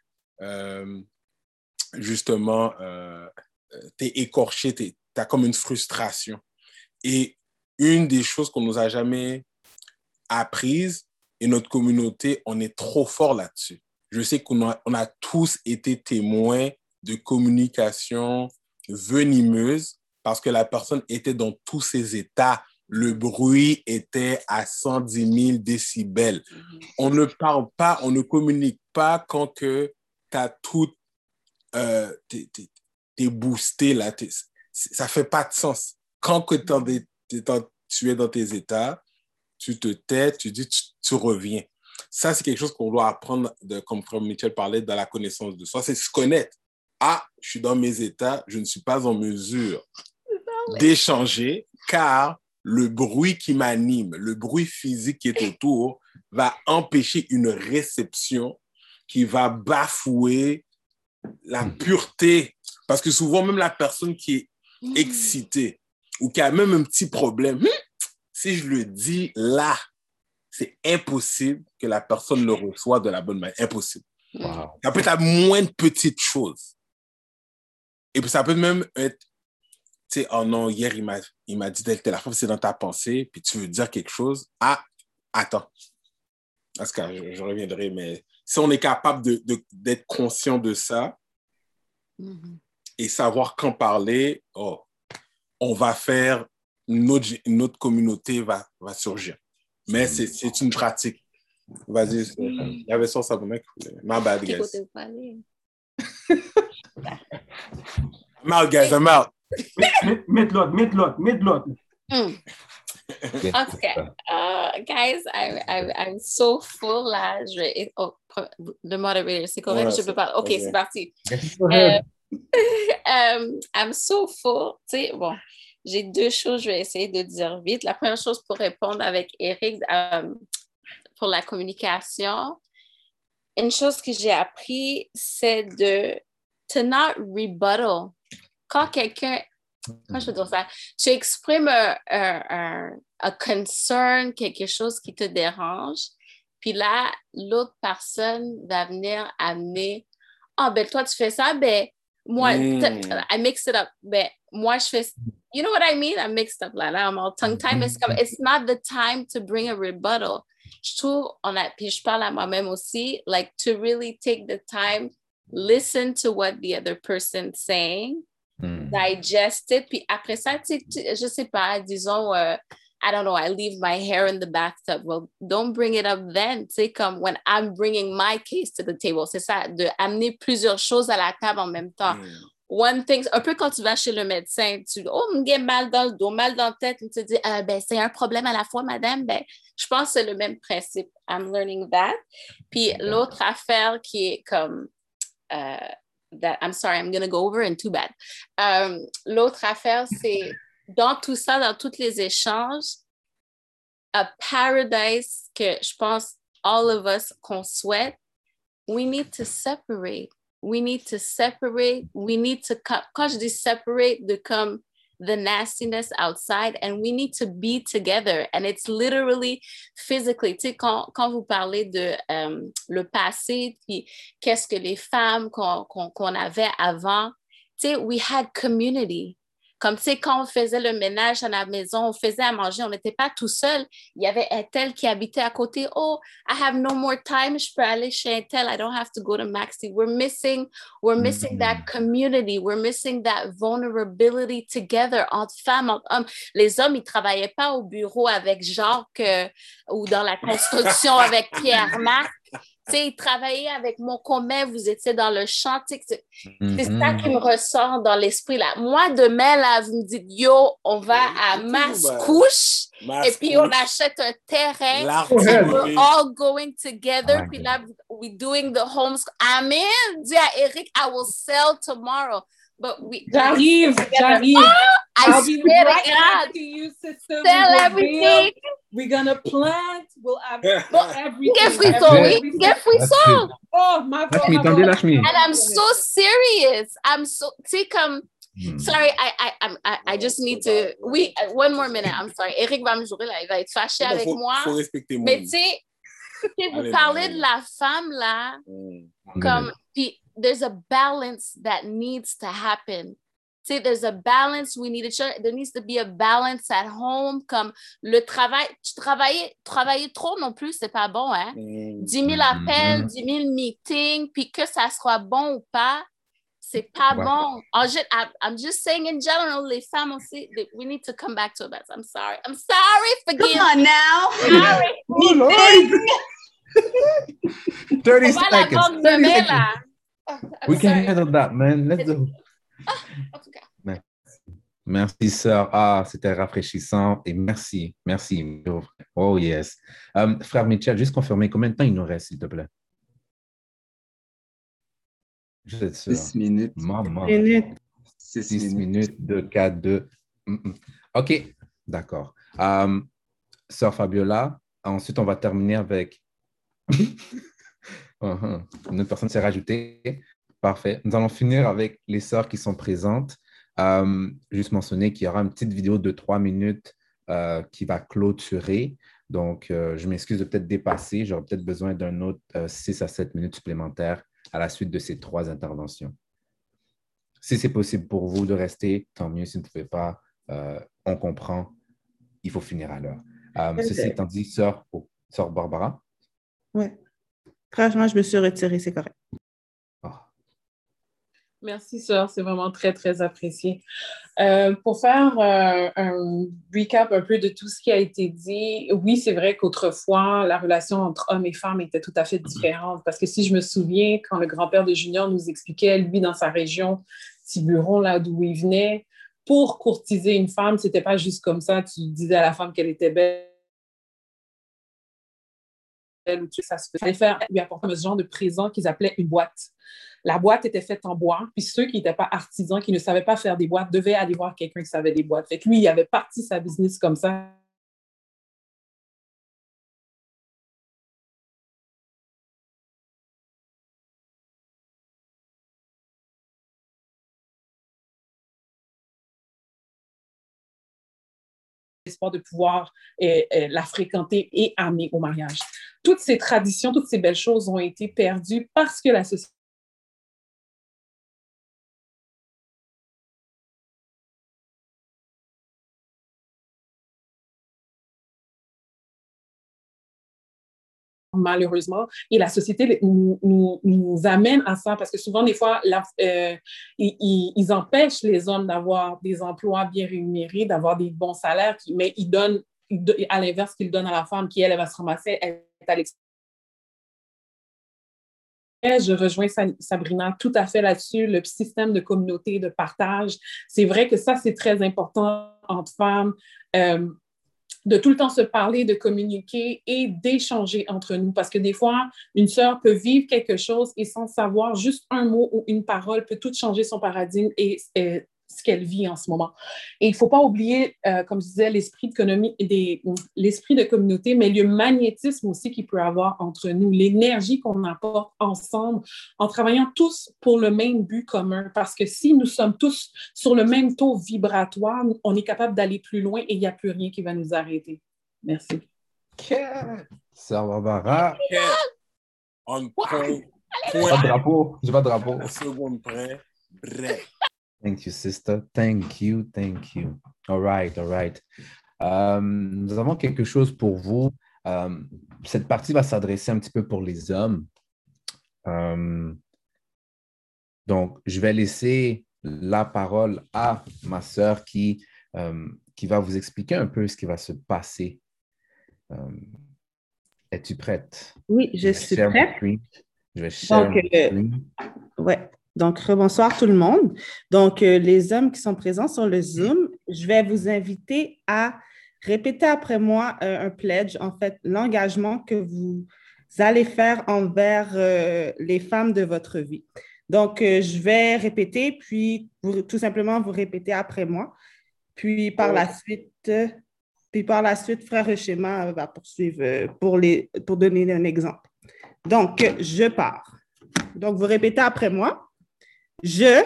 justement, t'es écorché, t'as comme une frustration. Et une des choses qu'on nous a jamais apprises, et notre communauté, on est trop fort là-dessus. Je sais qu'on a tous été témoins de communication venimeuse parce que la personne était dans tous ses états. Le bruit était à 110 000 décibels. On ne parle pas, on ne communique pas quand que t'as tout, t'es boosté, là, ça fait pas de sens. Quand que tu es dans tes états, tu te tais, tu dis, tu reviens. Ça, c'est quelque chose qu'on doit apprendre, comme Frère Mitchell parlait, dans la connaissance de soi, c'est se connaître. Ah, je suis dans mes états, je ne suis pas en mesure d'échanger, car le bruit qui m'anime, le bruit physique qui est autour, va empêcher une réception qui va bafouer la pureté. Parce que souvent, même la personne qui est excitée ou qui a même un petit problème, si je le dis là, c'est impossible que la personne le reçoive de la bonne manière. Impossible. Wow. Ça peut être la moindre petite chose. Et puis ça peut même être, tu sais, oh non, hier, il m'a dit telle affaire, c'est dans ta pensée, puis tu veux dire quelque chose. Ah, attends. Parce que je reviendrai, mais si on est capable d'être conscient de ça et savoir quand parler, on va faire, une autre communauté va surgir. Mais c'est une pratique. Vas-y, il y avait ça mec. My bad, guys. I'm out, guys, I'm out. Mets de l'autre. Okay, guys, I'm so full là. Le moderator, c'est correct, je peux pas. Ok, c'est parti. I'm so full. Tu sais, bon, j'ai 2 choses, je vais essayer de dire vite. La première chose pour répondre avec Eric pour la communication, une chose que j'ai appris, c'est to not rebuttal. Quand quelqu'un, comment je peux dire ça? Tu exprimes un concern, quelque chose qui te dérange, puis là, l'autre personne va venir amener, ben toi tu fais ça, ben moi, I mix it up, ben moi je fais, you know what I mean? I mixed up là, I'm all tongue-tied, mais it's not the time to bring a rebuttal. Je trouve, puis je parle à moi-même aussi, like to really take the time, listen to what the other person's saying, digest it, puis après ça, je sais pas, disons, I don't know, I leave my hair in the bathtub. Well, don't bring it up then, tu sais, comme when I'm bringing my case to the table. C'est ça, de amener plusieurs choses à la table en même temps. One thing, un peu quand tu vas chez le médecin, j'ai mal dans le dos, mal dans la tête, tu te dis, ben, c'est un problème à la fois, madame. Ben, je pense que c'est le même principe. I'm learning that. Puis l'autre affaire qui est comme, I'm sorry, I'm going to go over and too bad. L'autre affaire, c'est dans tout ça, dans tous les échanges, a paradise que je pense all of us qu'on souhaite, we need to separate. We need to separate. We need to, quand je dis separate, de comme the nastiness outside, and we need to be together. And it's literally physically. Tu sais, quand vous parlez de le passé, puis qu'est-ce que les femmes qu'on avait avant, tu sais, we had community. Comme, tu sais, quand on faisait le ménage à la maison, on faisait à manger, on n'était pas tout seul. Il y avait un tel qui habitait à côté. Oh, I have no more time. Je peux aller chez un tel. I don't have to go to Maxi. We're missing that community. We're missing that vulnerability together entre femmes, entre hommes. Les hommes, ils ne travaillaient pas au bureau avec Jacques ou dans la construction avec Pierre-Marc. Tu sais, travailler avec mon commun, vous étiez dans le champ. C'est ça qui me ressort dans l'esprit. Là. Moi, demain, là, vous me dites, yo, on va à Mascouche et puis on achète un terrain. We're all going together. Puis là, we're doing the homes. Amen. Dis à Eric, I will sell tomorrow. But J'arrive. I swear to God. To you, sister. Sell everything. We're gonna plant. We'll have everything. Get free song. Oh, my God. And I'm so serious. Tu sais, comme, sorry, I just need to, one more minute, I'm sorry. Eric va me jurer, là, il va être fâché avec moi. Faut respecter moi. Mais tu sais, vous parlez de la femme, là, comme, puis there's a balance that needs to happen. Tu sais, there's a balance, there needs to be a balance at home, comme le travail, travailler trop non plus, c'est pas bon, hein? 10 000 appels, 10 000 meetings, puis que ça soit bon ou pas, c'est pas bon. I'm just saying in general, les femmes aussi, we need to come back to that. I'm sorry, forgive me. Come on now. Sorry. 30 seconds. We can handle that, man. Let's do. En tout cas. Merci, sœur. Ah, c'était rafraîchissant et merci. Merci. Oh, yes. Frère Mitchell, juste confirmer combien de temps il nous reste, s'il te plaît? Je suis sûr. 6 minutes. Maman. 6 minutes, 2, 4, 2. OK, d'accord. Sœur Fabiola, ensuite, on va terminer avec... Une autre personne s'est rajoutée. Parfait. Nous allons finir avec les sœurs qui sont présentes. Juste mentionner qu'il y aura une petite vidéo de 3 minutes qui va clôturer. Donc, je m'excuse de peut-être dépasser. J'aurai peut-être besoin d'un autre 6 à 7 minutes supplémentaires à la suite de ces 3 interventions. Si c'est possible pour vous de rester, tant mieux. Si vous ne pouvez pas, on comprend. Il faut finir à l'heure. Ceci étant dit, sœur Barbara. Oui. Franchement, je me suis retirée, c'est correct. Merci, sœur. C'est vraiment très, très apprécié. Pour faire un recap un peu de tout ce qui a été dit, oui, c'est vrai qu'autrefois, la relation entre hommes et femmes était tout à fait différente. Parce que si je me souviens, quand le grand-père de Junior nous expliquait, lui, dans sa région, Tiburon, là d'où il venait, pour courtiser une femme, c'était pas juste comme ça. Tu disais à la femme qu'elle était belle. Ça se faisait faire, lui apporter ce genre de présent qu'ils appelaient une boîte. La boîte était faite en bois, puis ceux qui n'étaient pas artisans, qui ne savaient pas faire des boîtes, devaient aller voir quelqu'un qui savait des boîtes. Fait que lui, il avait parti sa business comme ça. L'espoir de pouvoir la fréquenter et amener au mariage. Toutes ces traditions, toutes ces belles choses ont été perdues parce que la société malheureusement, et la société nous amène à ça parce que souvent, des fois, ils empêchent les hommes d'avoir des emplois bien rémunérés, d'avoir des bons salaires, mais ils donnent, à l'inverse, qu'ils donnent à la femme qui, elle va se ramasser, elle est à l'extérieur. Je rejoins Sabrina tout à fait là-dessus, le système de communauté, de partage. C'est vrai que ça, c'est très important entre femmes. De tout le temps se parler, de communiquer et d'échanger entre nous. Parce que des fois, une sœur peut vivre quelque chose et sans savoir, juste un mot ou une parole peut tout changer son paradigme et ce qu'elle vit en ce moment. Et il ne faut pas oublier, comme je disais, l'esprit de communauté, mais le magnétisme aussi qu'il peut y avoir entre nous, l'énergie qu'on apporte ensemble en travaillant tous pour le même but commun. Parce que si nous sommes tous sur le même taux vibratoire, on est capable d'aller plus loin et il n'y a plus rien qui va nous arrêter. Merci. Sœur Barbara. On point. J'ai pas de drapeau. J'ai pas de drapeau. Seconde près. Bref. Thank you, sister. Thank you, thank you. All right, all right. Nous avons quelque chose pour vous. Cette partie va s'adresser un petit peu pour les hommes. Donc, je vais laisser la parole à ma sœur qui va vous expliquer un peu ce qui va se passer. Es-tu prête? Oui, je suis prête. Je vais share mon screen. Ouais. Donc, rebonsoir tout le monde. Donc, les hommes qui sont présents sur le Zoom, je vais vous inviter à répéter après moi un pledge, en fait, l'engagement que vous allez faire envers les femmes de votre vie. Donc, je vais répéter, puis tout simplement vous répétez après moi. Puis par la suite, Frère Schéma va poursuivre pour donner un exemple. Donc, je pars. Donc, vous répétez après moi. Je,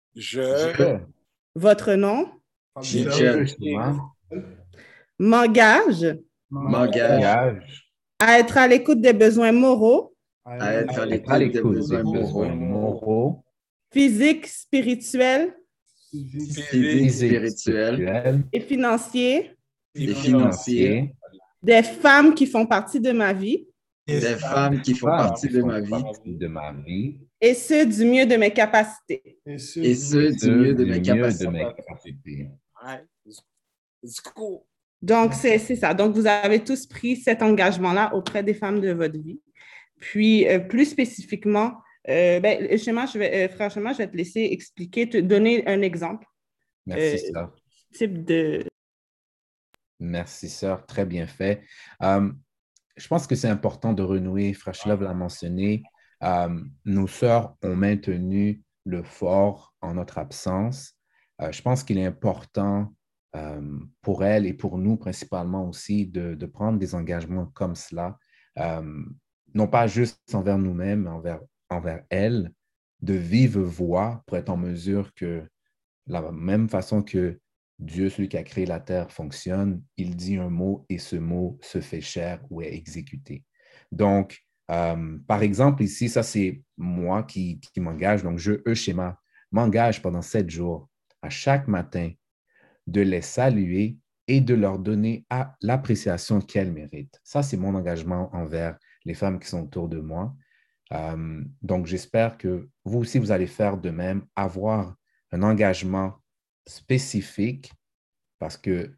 votre nom, m'engage à être à l'écoute des besoins moraux, physiques, spirituels et financiers des femmes qui font partie de ma vie. Des femmes qui font partie de ma vie. Et ce, du mieux de mes capacités. Donc, c'est ça. Donc, vous avez tous pris cet engagement-là auprès des femmes de votre vie. Puis, plus spécifiquement, Ben, Shema, frère Shema, je vais te laisser expliquer, te donner un exemple. Merci, sœur. Type de... Merci, sœur. Très bien fait. Je pense que c'est important de renouer, frère Love l'a mentionné, nos sœurs ont maintenu le fort en notre absence. Je pense qu'il est important pour elles et pour nous principalement aussi de prendre des engagements comme cela, non pas juste envers nous-mêmes, mais envers elles, de vive voix pour être en mesure que la même façon que Dieu, celui qui a créé la terre, fonctionne, il dit un mot et ce mot se fait chair ou est exécuté. Donc, par exemple, ici, ça c'est moi qui m'engage. Donc, Schéma, m'engage pendant 7 jours, à chaque matin, de les saluer et de leur donner l'appréciation qu'elles méritent. Ça, c'est mon engagement envers les femmes qui sont autour de moi. Donc, j'espère que vous aussi, vous allez faire de même, avoir un engagement spécifique parce que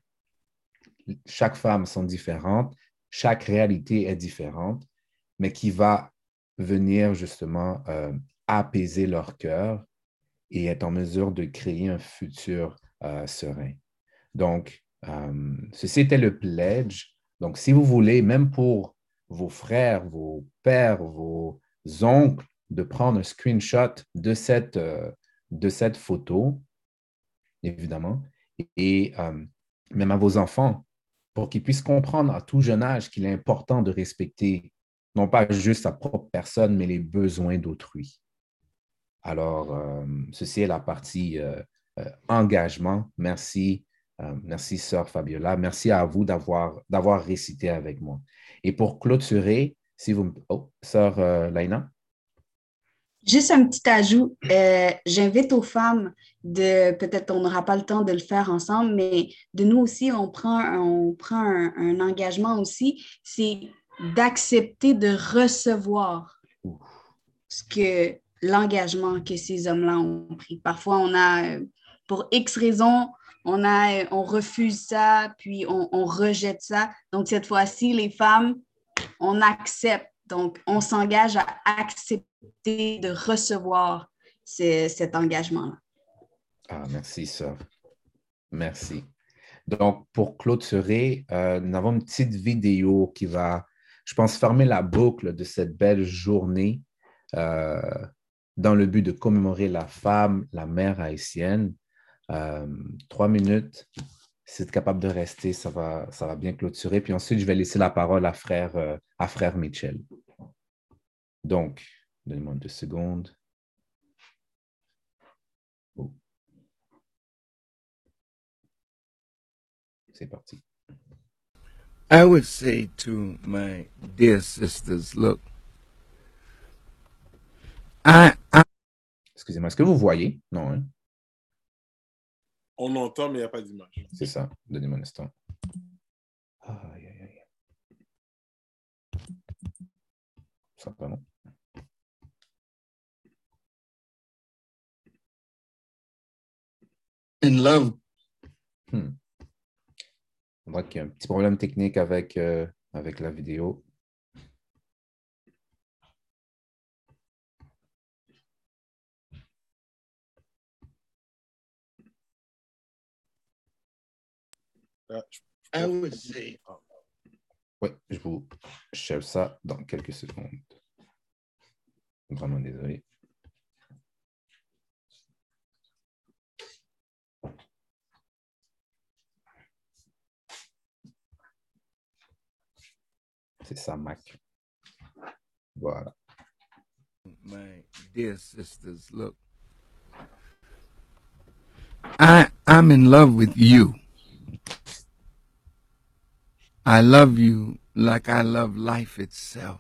chaque femme sont différentes, chaque réalité est différente, mais qui va venir justement apaiser leur cœur et être en mesure de créer un futur serein. Donc, ceci était le pledge. Donc, si vous voulez, même pour vos frères, vos pères, vos oncles, de prendre un screenshot de cette photo, évidemment, et même à vos enfants, pour qu'ils puissent comprendre à tout jeune âge qu'il est important de respecter non pas juste sa propre personne, mais les besoins d'autrui. Alors, ceci est la partie engagement. Merci, merci, sœur Fabiola. Merci à vous d'avoir récité avec moi. Et pour clôturer, si vous... Oh, sœur Laina? Juste un petit ajout, j'invite aux femmes peut-être on n'aura pas le temps de le faire ensemble, mais de nous aussi, on prend un engagement aussi, c'est d'accepter de recevoir l'engagement que ces hommes-là ont pris. Parfois, pour X raisons, on refuse ça, puis on rejette ça. Donc, cette fois-ci, les femmes, on accepte. Donc, on s'engage à accepter de recevoir cet engagement-là. Ah, merci, sœur. Merci. Donc, pour clôturer, nous avons une petite vidéo qui va, je pense, fermer la boucle de cette belle journée dans le but de commémorer la femme, la mère haïtienne. 3 minutes. Si tu es capable de rester, ça va bien clôturer. Puis ensuite, je vais laisser la parole à frère Mitchell. Donc, donnez-moi 2 secondes. Oh. C'est parti. I would say to my dear sisters, look, Excusez-moi, est-ce que vous voyez? Non, hein? On entend, mais il n'y a pas d'image. C'est ça. Donnez-moi un instant. Aïe, aïe, aïe. Ça va non? In love. On voit qu'il y a un petit problème technique avec la vidéo. I would say. Oui, je vous cherche ça dans quelques secondes. Vraiment désolé. C'est ça, Mac. Voilà. My dear sisters, look, I'm in love with you. I love you like I love life itself.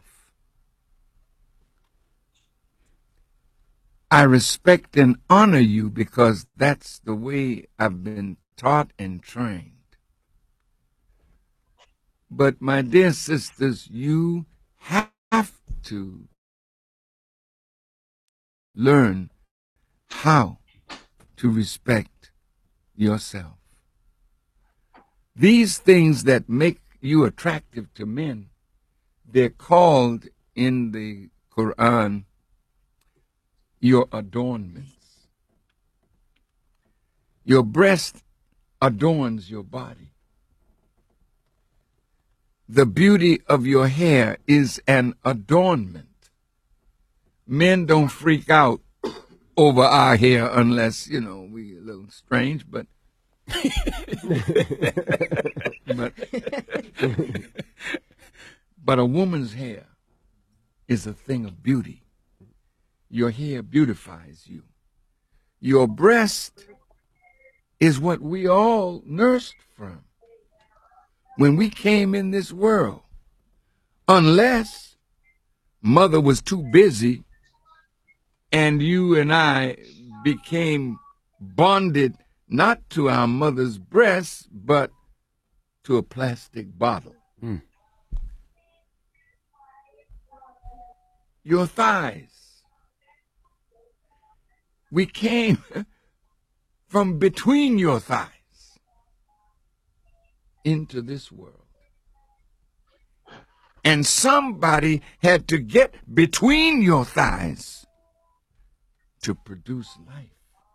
I respect and honor you because that's the way I've been taught and trained. But my dear sisters, you have to learn how to respect yourself. These things that make you attractive to men, they're called in the Quran your adornments. Your breast adorns your body. The beauty of your hair is an adornment. Men don't freak out over our hair unless, you know, we're a little strange, but but a woman's hair is a thing of beauty. Your hair beautifies you. Your breast is what we all nursed from when we came in this world. Unless mother was too busy and you and I became bonded not to our mother's breast, but to a plastic bottle. Your thighs. We came from between your thighs into this world. And somebody had to get between your thighs to produce life.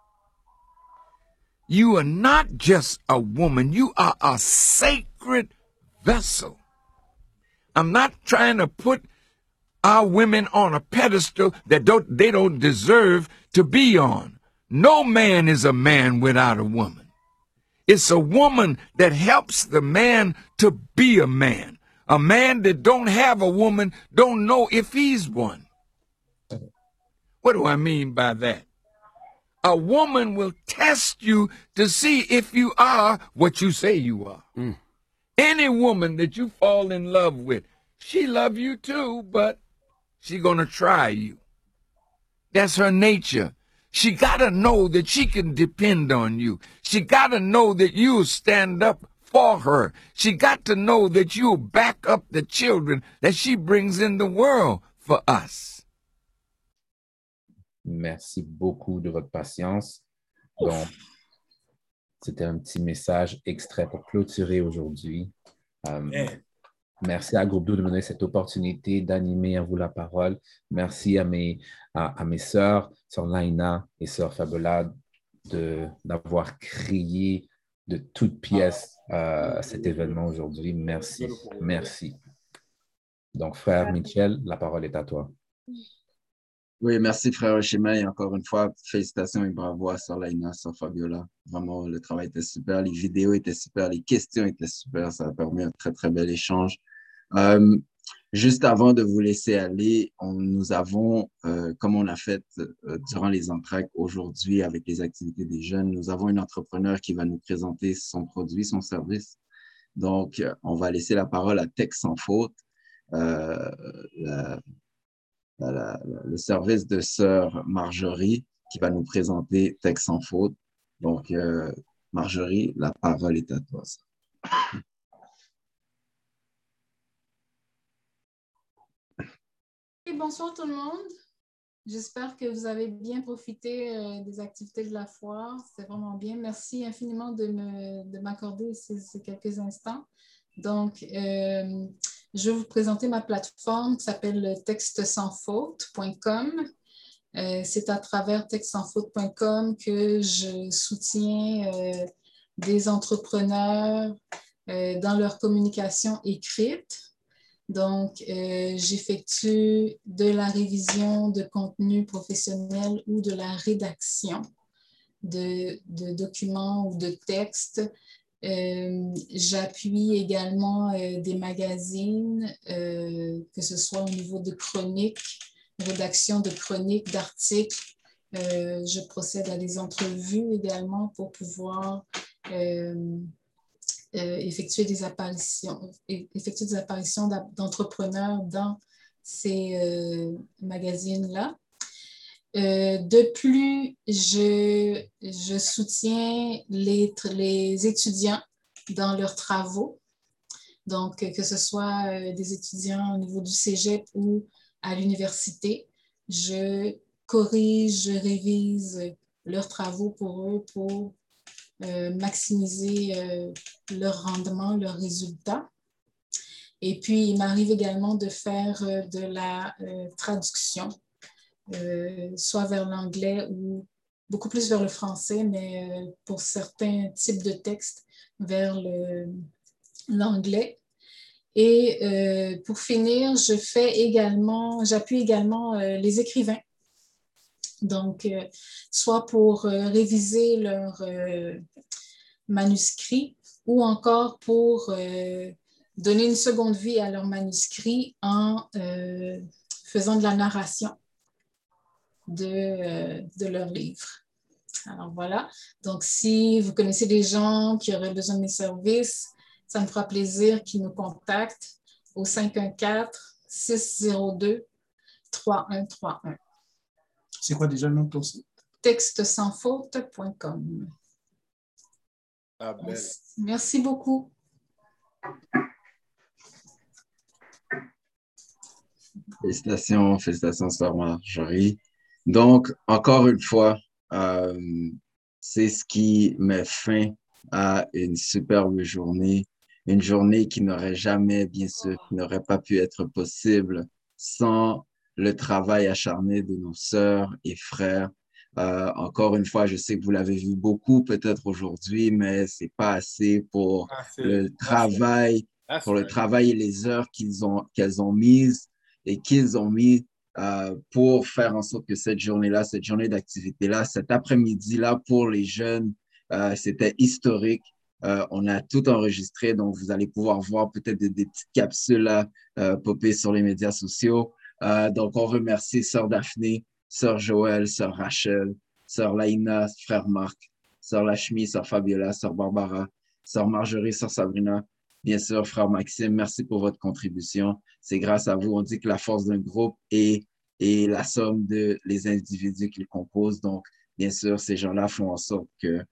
You are not just a woman, you are a sacred vessel. I'm not trying to put our women on a pedestal that they don't deserve to be on. No man is a man without a woman. It's a woman that helps the man to be a man. A man that don't have a woman don't know if he's one. What do I mean by that? A woman will test you to see if you are what you say you are. Any woman that you fall in love with, she love you too, but she gonna try you. That's her nature. She gotta know that she can depend on you. She gotta know that you'll stand up for her. She got to know that you'll back up the children that she brings in the world for us. Merci beaucoup de votre patience. Donc, c'était un petit message extrait pour clôturer aujourd'hui. Merci à Groupe 2 de me donner cette opportunité d'animer à vous la parole. Merci à mes sœurs, sœur Laina et sœur Fabiola, d'avoir créé de toutes pièces cet événement aujourd'hui. Merci. Merci. Donc, frère Michel, la parole est à toi. Oui, merci frère Shema et encore une fois, félicitations et bravo à sœur Laina, sœur Fabiola. Vraiment, le travail était super, les vidéos étaient super, les questions étaient super, ça a permis un très, très bel échange. Juste avant de vous laisser aller, nous avons, comme on a fait durant les entractes aujourd'hui avec les activités des jeunes, nous avons une entrepreneur qui va nous présenter son produit, son service. Donc, on va laisser la parole à Tech Sans Faute, le service de sœur Marjorie qui va nous présenter Tech Sans Faute. Donc, Marjorie, la parole est à toi. Et bonsoir tout le monde. J'espère que vous avez bien profité des activités de la foire. C'est vraiment bien. Merci infiniment de m'accorder ces quelques instants. Donc, je vais vous présenter ma plateforme qui s'appelle textesansfaute.com. C'est à travers textesansfaute.com que je soutiens des entrepreneurs dans leur communication écrite. Donc, j'effectue de la révision de contenu professionnel ou de la rédaction de documents ou de textes. J'appuie également des magazines, que ce soit au niveau de chroniques, rédaction de chroniques, d'articles. Je procède à des entrevues également pour pouvoir effectuer des apparitions d'entrepreneurs dans ces magazines-là. De plus, je soutiens les étudiants dans leurs travaux. Donc, que ce soit des étudiants au niveau du cégep ou à l'université, je corrige, je révise leurs travaux pour eux pour maximiser leur rendement, leurs résultats. Et puis, il m'arrive également de faire de la traduction soit vers l'anglais ou beaucoup plus vers le français, mais pour certains types de textes, vers l'anglais. Et pour finir, j'appuie également les écrivains. Donc, soit pour réviser leur manuscrit ou encore pour donner une seconde vie à leur manuscrit en faisant de la narration de leur livre. Alors voilà, donc si vous connaissez des gens qui auraient besoin de mes services, ça me fera plaisir qu'ils nous contactent au 514-602-3131. C'est quoi déjà le nom de ton site? Textesansfaute.com. Ah, belle. Merci beaucoup. Félicitations, Sœur Marjorie. Donc, encore une fois, c'est ce qui met fin à une superbe journée, une journée qui n'aurait jamais, bien sûr, qui n'aurait pas pu être possible sans le travail acharné de nos sœurs et frères. Encore une fois, je sais que vous l'avez vu beaucoup peut-être aujourd'hui, mais c'est pas assez pour le travail, et les heures qu'elles ont mises et qu'ils ont mis pour faire en sorte que cette journée-là, cette journée d'activité-là, cet après-midi-là pour les jeunes, c'était historique. On a tout enregistré, donc vous allez pouvoir voir peut-être des petites capsules là, popper sur les médias sociaux. Donc, on remercie Sœur Daphné, Sœur Joël, Sœur Rachel, Sœur Laïna, Frère Marc, Sœur Lachmi, Sœur Fabiola, Sœur Barbara, Sœur Marjorie, Sœur Sabrina. Bien sûr, Frère Maxime, merci pour votre contribution. C'est grâce à vous, on dit que la force d'un groupe est la somme de les individus qu'il compose. Donc, bien sûr, ces gens-là font en sorte que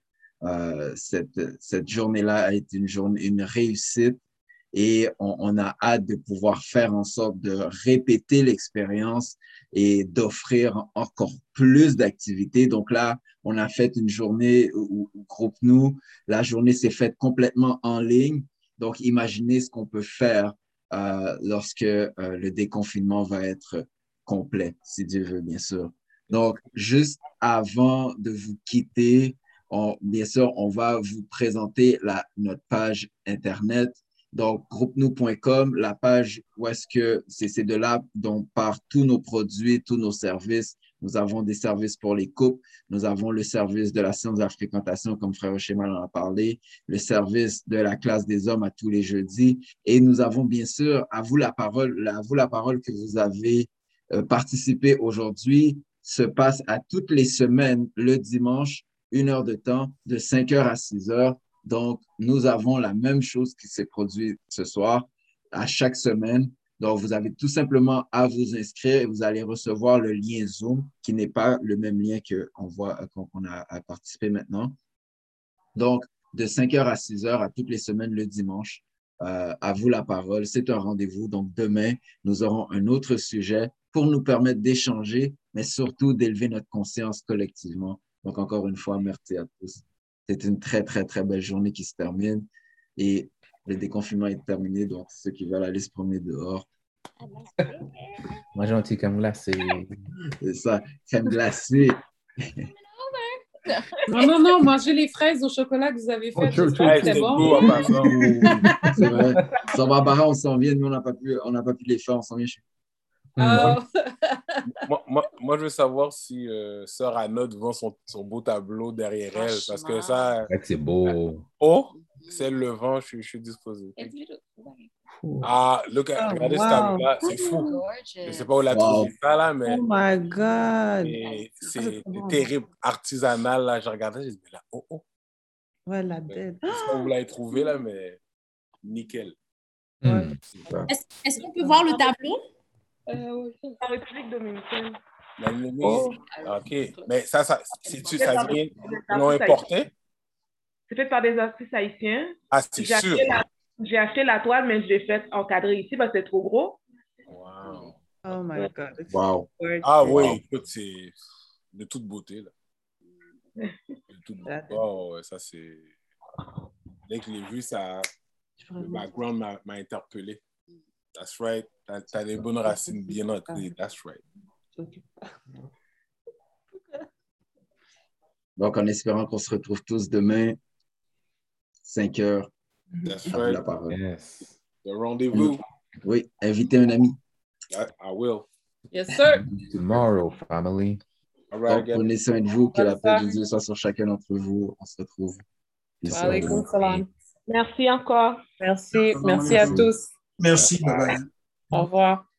cette journée-là est une réussite et on a hâte de pouvoir faire en sorte de répéter l'expérience et d'offrir encore plus d'activités. Donc là, on a fait une journée où groupe nous, la journée s'est faite complètement en ligne. Donc, imaginez ce qu'on peut faire lorsque le déconfinement va être complet, si Dieu veut, bien sûr. Donc, juste avant de vous quitter, bien sûr, on va vous présenter notre page Internet. Donc, groupe-nous.com, la page où est-ce que c'est de là dont partent tous nos produits, tous nos services. Nous avons des services pour les couples. Nous avons le service de la science de la fréquentation, comme Frère Ochemal en a parlé, le service de la classe des hommes à tous les jeudis. Et nous avons bien sûr, à vous la parole que vous avez participé aujourd'hui, se passe à toutes les semaines, le dimanche, 1 heure de temps, de 5 heures à 6 heures. Donc, nous avons la même chose qui s'est produite ce soir à chaque semaine. Donc, vous avez tout simplement à vous inscrire et vous allez recevoir le lien Zoom qui n'est pas le même lien qu'on a à participer maintenant. Donc, de 5 heures à 6 heures à toutes les semaines le dimanche. À vous la parole. C'est un rendez-vous. Donc, demain, nous aurons un autre sujet pour nous permettre d'échanger, mais surtout d'élever notre conscience collectivement. Donc, encore une fois, merci à tous. C'est une très, très, très belle journée qui se termine et le déconfinement est terminé. Donc, ceux qui veulent aller se promener dehors. Moi, j'ai un petit crème glacée. C'est ça, crème glacée. Non, mangez les fraises au chocolat que vous avez faites. C'était bon. C'est vrai. Sans Barbara, on s'en vient. Nous, on n'a pas pu les faire. On s'en vient chez Moi, je veux savoir si Sœur Anode vend son beau tableau derrière elle. Parce que ça. C'est beau. Oh, c'est le vent, je suis disposé. Ah, regardez ce tableau-là, c'est fou. Je ne sais pas où la trouver ça, là, mais. Oh my God. C'est terrible, artisanal, là. Je regardais, je disais là, oh. Ouais, la tête. Je ne sais pas où vous l'avez trouvé, là, mais nickel. Est-ce qu'on peut voir le tableau? Oui, en République dominicaine. OK. Mais ça vient, ils l'ont importé? C'est fait par des artistes haïtiens. Ah, c'est sûr. J'ai acheté la toile, mais je l'ai faite encadrée ici parce que c'est trop gros. Wow. Oh my God. Wow. Ah oui, écoute, c'est de toute beauté, là. De toute beauté. Oh, ça, c'est... Dès que je l'ai vu, le background m'a interpellé. That's right. T'as des bonnes racines bien ancrées. That's right. Donc, en espérant qu'on se retrouve tous demain, 5 heures. That's à right. la parole. Yes. The rendezvous. Oui, invitez un ami. I will. Yes, sir. Tomorrow, family. All right, Donc, guys. prenez soin de vous, que la paix de Dieu soit sur chacun d'entre vous. On se retrouve. Alaykoum salam. Merci encore. Merci. Merci à tous. Merci. Bye bye. Au revoir.